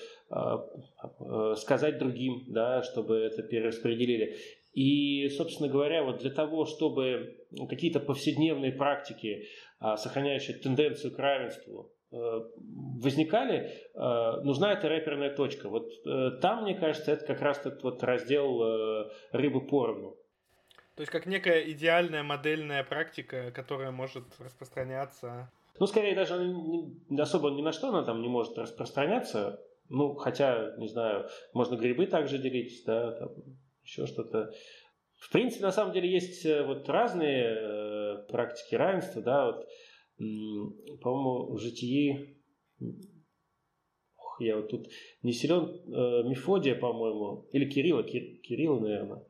сказать другим, да, чтобы это перераспределили. И, собственно говоря, вот для того, чтобы какие-то повседневные практики, сохраняющие тенденцию к равенству, возникали, нужна эта рэперная точка. Вот там, мне кажется, это как раз этот вот раздел рыбы поровну. То есть как некая идеальная модельная практика, которая может распространяться. Ну, скорее, даже особо ни на что она там не может распространяться. Ну, хотя, не знаю, можно грибы также делить, да, там, еще что-то. В принципе, на самом деле есть вот разные практики равенства, да, вот, по-моему, в житии, я вот тут не силен, Мефодия, по-моему, или Кирилла, наверное,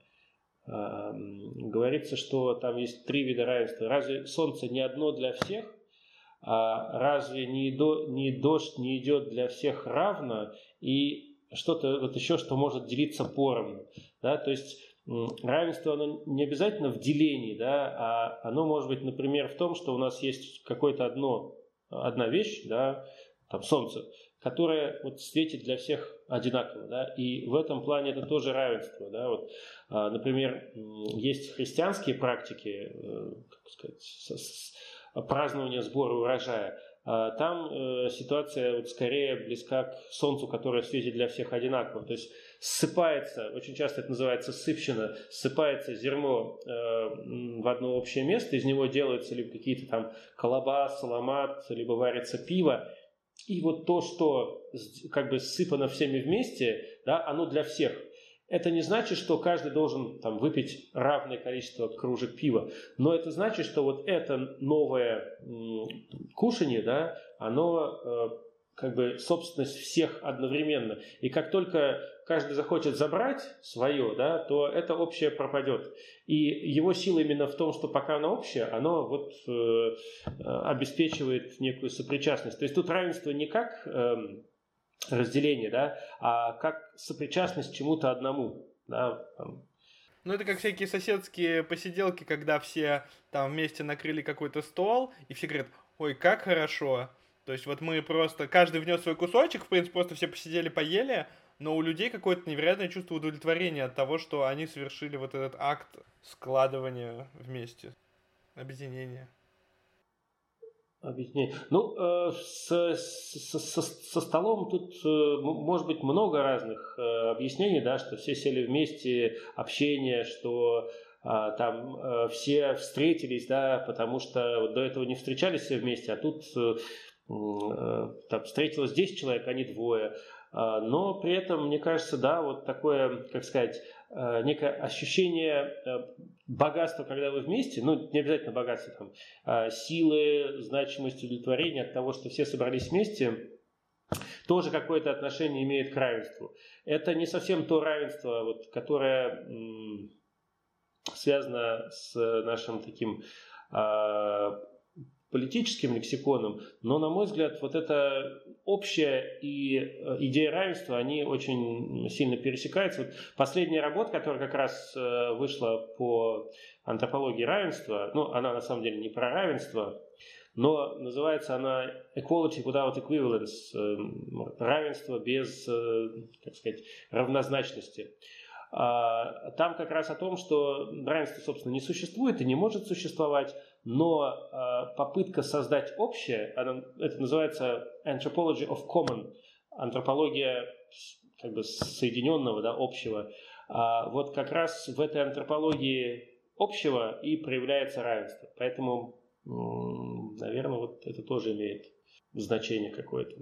говорится, что там есть 3 вида равенства. Разве солнце не одно для всех? А разве не дождь не идет для всех равно? И что-то вот еще, что может делиться поровну. Да? То есть равенство, оно не обязательно в делении, да, а оно может быть, например, в том, что у нас есть какое-то одна вещь, да, там солнце, которое вот светит для всех одинаково, да, и в этом плане это тоже равенство, да, вот, например, есть христианские практики, как сказать, празднования сбора урожая. Там ситуация вот скорее близка к солнцу, которое светит для всех одинаково. То есть ссыпается, очень часто это называется ссыпщина, ссыпается зерно в одно общее место, из него делаются либо какие-то там колбас, саламат, либо варится пиво. И вот то, что как бы ссыпано всеми вместе, да, оно для всех. Это не значит, что каждый должен там выпить равное количество кружек пива, но это значит, что вот это новое кушанье, да, оно как бы собственность всех одновременно. И как только каждый захочет забрать свое, да, то это общее пропадет. И его сила именно в том, что пока оно общее, оно вот обеспечивает некую сопричастность. То есть тут равенство не как разделение, да, а как сопричастность к чему-то одному. Да, там. Ну, это как всякие соседские посиделки, когда все там вместе накрыли какой-то стол, и все говорят: ой, как хорошо. То есть вот мы просто, каждый внес свой кусочек, в принципе, просто все посидели, поели, но у людей какое-то невероятное чувство удовлетворения от того, что они совершили вот этот акт складывания вместе, объединения. Объяснение. Ну, со столом тут может быть много разных объяснений, да, что все сели вместе, общение, что там все встретились, да, потому что до этого не встречались все вместе, а тут там встретилось 10 человек, а не 2. Но при этом, мне кажется, да, вот такое, как сказать, некое ощущение богатства, когда вы вместе, ну, не обязательно богатство, там, силы, значимости, удовлетворения от того, что все собрались вместе, тоже какое-то отношение имеет к равенству. Это не совсем то равенство, вот, которое связано с нашим таким политическим лексиконом, но, на мой взгляд, вот эта общая и идея равенства, они очень сильно пересекаются. Вот последняя работа, которая как раз вышла по антропологии равенства, ну, она на самом деле не про равенство, но называется она Equality Without Equivalence, равенство без, как сказать, равнозначности. Там как раз о том, что равенство, собственно, не существует и не может существовать, но попытка создать общее, это называется Anthropology of Common, антропология как бы соединенного, да, общего. Вот как раз в этой антропологии общего и проявляется равенство. Поэтому, наверное, вот это тоже имеет значение какое-то.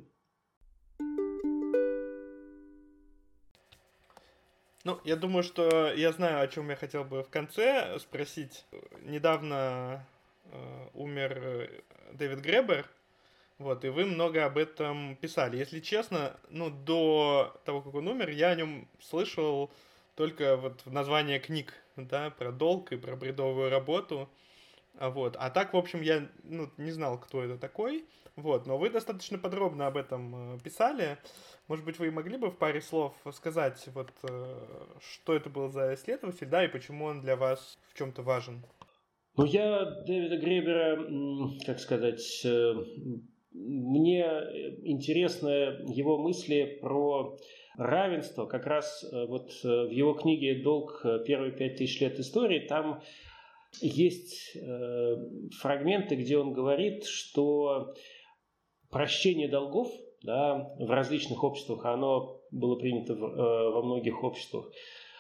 Ну, я думаю, что я знаю, о чем я хотел бы в конце спросить. Недавно умер Дэвид Гребер, вот, и вы много об этом писали. Если честно, ну, до того, как он умер, я о нем слышал только вот в названии книг, да, про долг и про бредовую работу. Вот. А так, в общем, я не знал, кто это такой. Вот. Но вы достаточно подробно об этом писали. Может быть, вы могли бы в паре слов сказать, вот, что это был за исследователь, да, и почему он для вас в чем-то важен? Ну, я Дэвида Гребера, как сказать, мне интересны его мысли про равенство. Как раз вот в его книге «Долг. Первые 5000 лет истории» там есть фрагменты, где он говорит, что прощение долгов, да, в различных обществах, оно было принято во многих обществах,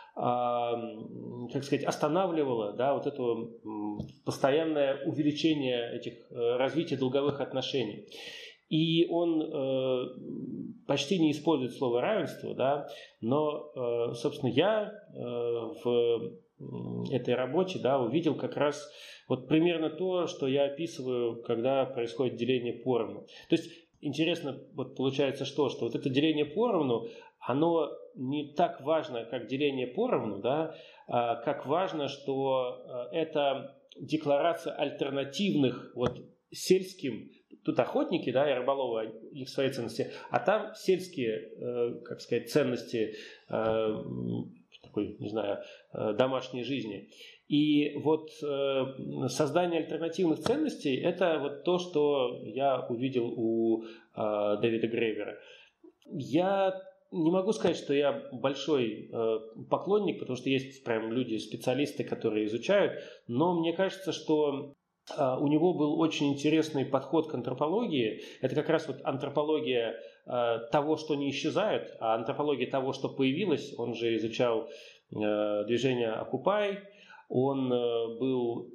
как сказать, останавливало, да, вот это постоянное увеличение этих развития долговых отношений. И он почти не использует слово равенство, да, но, собственно, я в этой работе, да, увидел как раз вот примерно то, что я описываю, когда происходит деление поровну. То есть интересно, вот получается что вот это деление поровну, оно не так важно, как деление поровну, да, как важно, что это декларация альтернативных вот сельским, тут охотники, да, и рыболовы, их свои ценности, а там сельские, как сказать, ценности такой, не знаю, домашней жизни. И вот создание альтернативных ценностей – это вот то, что я увидел у Дэвида Грейбера. Я не могу сказать, что я большой поклонник, потому что есть прям люди, специалисты, которые изучают, но мне кажется, что у него был очень интересный подход к антропологии. Это как раз вот антропология того, что не исчезает, а антропология того, что появилось. Он же изучал движение Occupy. Он был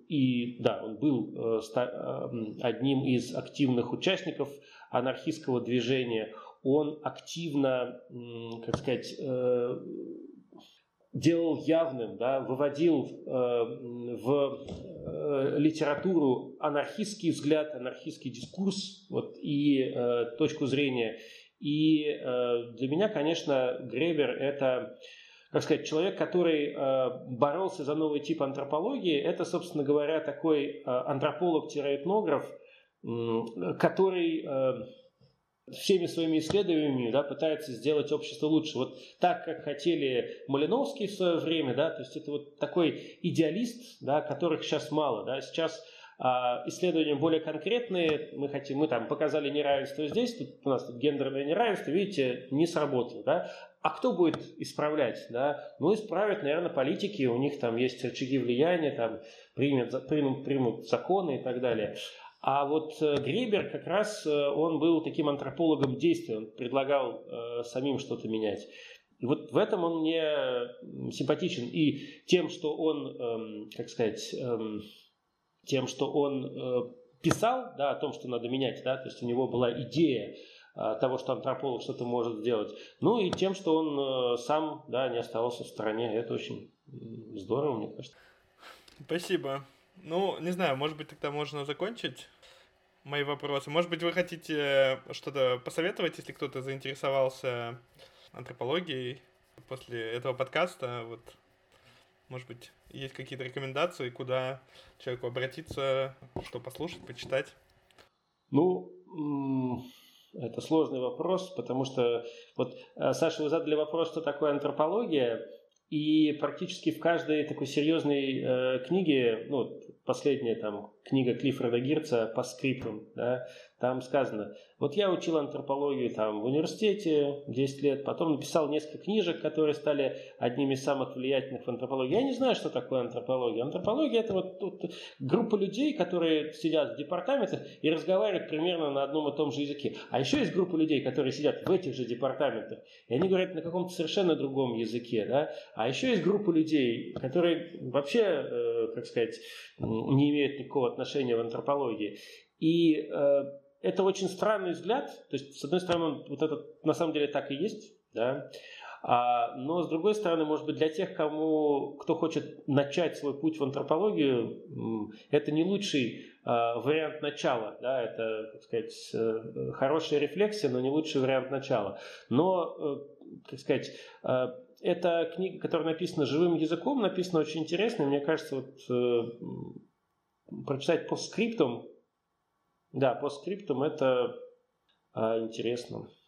одним из активных участников анархистского движения. Он активно, как сказать, делал явным, да, выводил в литературу анархистский взгляд, анархистский дискурс вот, и точку зрения. И для меня, конечно, Грейбер – это, как сказать, человек, который боролся за новый тип антропологии. Это, собственно говоря, такой антрополог-этнограф, который всеми своими исследованиями, да, пытается сделать общество лучше. Вот так, как хотели Малиновский в свое время, да, то есть это вот такой идеалист, да, которых сейчас мало. Да. Сейчас исследования более конкретные. Мы там показали неравенство здесь, у нас тут гендерное неравенство, видите, не сработало. Да. А кто будет исправлять? Да? Ну, исправят, наверное, политики, у них там есть рычаги влияния, там примут законы и так далее. А вот Грейбер как раз, он был таким антропологом действия, он предлагал самим что-то менять. И вот в этом он мне симпатичен. И тем, что он, писал, да, о том, что надо менять, да, то есть у него была идея того, что антрополог что-то может сделать. Ну и тем, что он сам, да, не оставался в стороне. Это очень здорово, мне кажется. Спасибо. Ну, не знаю, может быть, тогда можно закончить мои вопросы. Может быть, вы хотите что-то посоветовать, если кто-то заинтересовался антропологией после этого подкаста? Вот, может быть, есть какие-то рекомендации, куда человеку обратиться, что послушать, почитать? Ну, это сложный вопрос, потому что вот, Саша, вы задали вопрос, что такое антропология, и практически в каждой такой серьезной книге, ну, последняя там книга Клиффорда Гирца по скриптам, да, там сказано, вот я учил антропологию там в университете 10 лет, потом написал несколько книжек, которые стали одними из самых влиятельных в антропологии. Я не знаю, что такое антропология. Антропология – это вот группа людей, которые сидят в департаментах и разговаривают примерно на одном и том же языке. А еще есть группа людей, которые сидят в этих же департаментах, и они говорят на каком-то совершенно другом языке, да. А еще есть группа людей, которые вообще, как сказать, не имеют никакого отношения в антропологии. И это очень странный взгляд. То есть, с одной стороны, вот это на самом деле так и есть, да. Но с другой стороны, может быть, для тех, кто хочет начать свой путь в антропологию, это не лучший вариант начала, да, это, так сказать, хорошая рефлексия, но не лучший вариант начала. Но, как сказать, эта книга, которая написана живым языком, написана очень интересно, и мне кажется, вот прочитать постскриптум, да, постскриптум это интересно.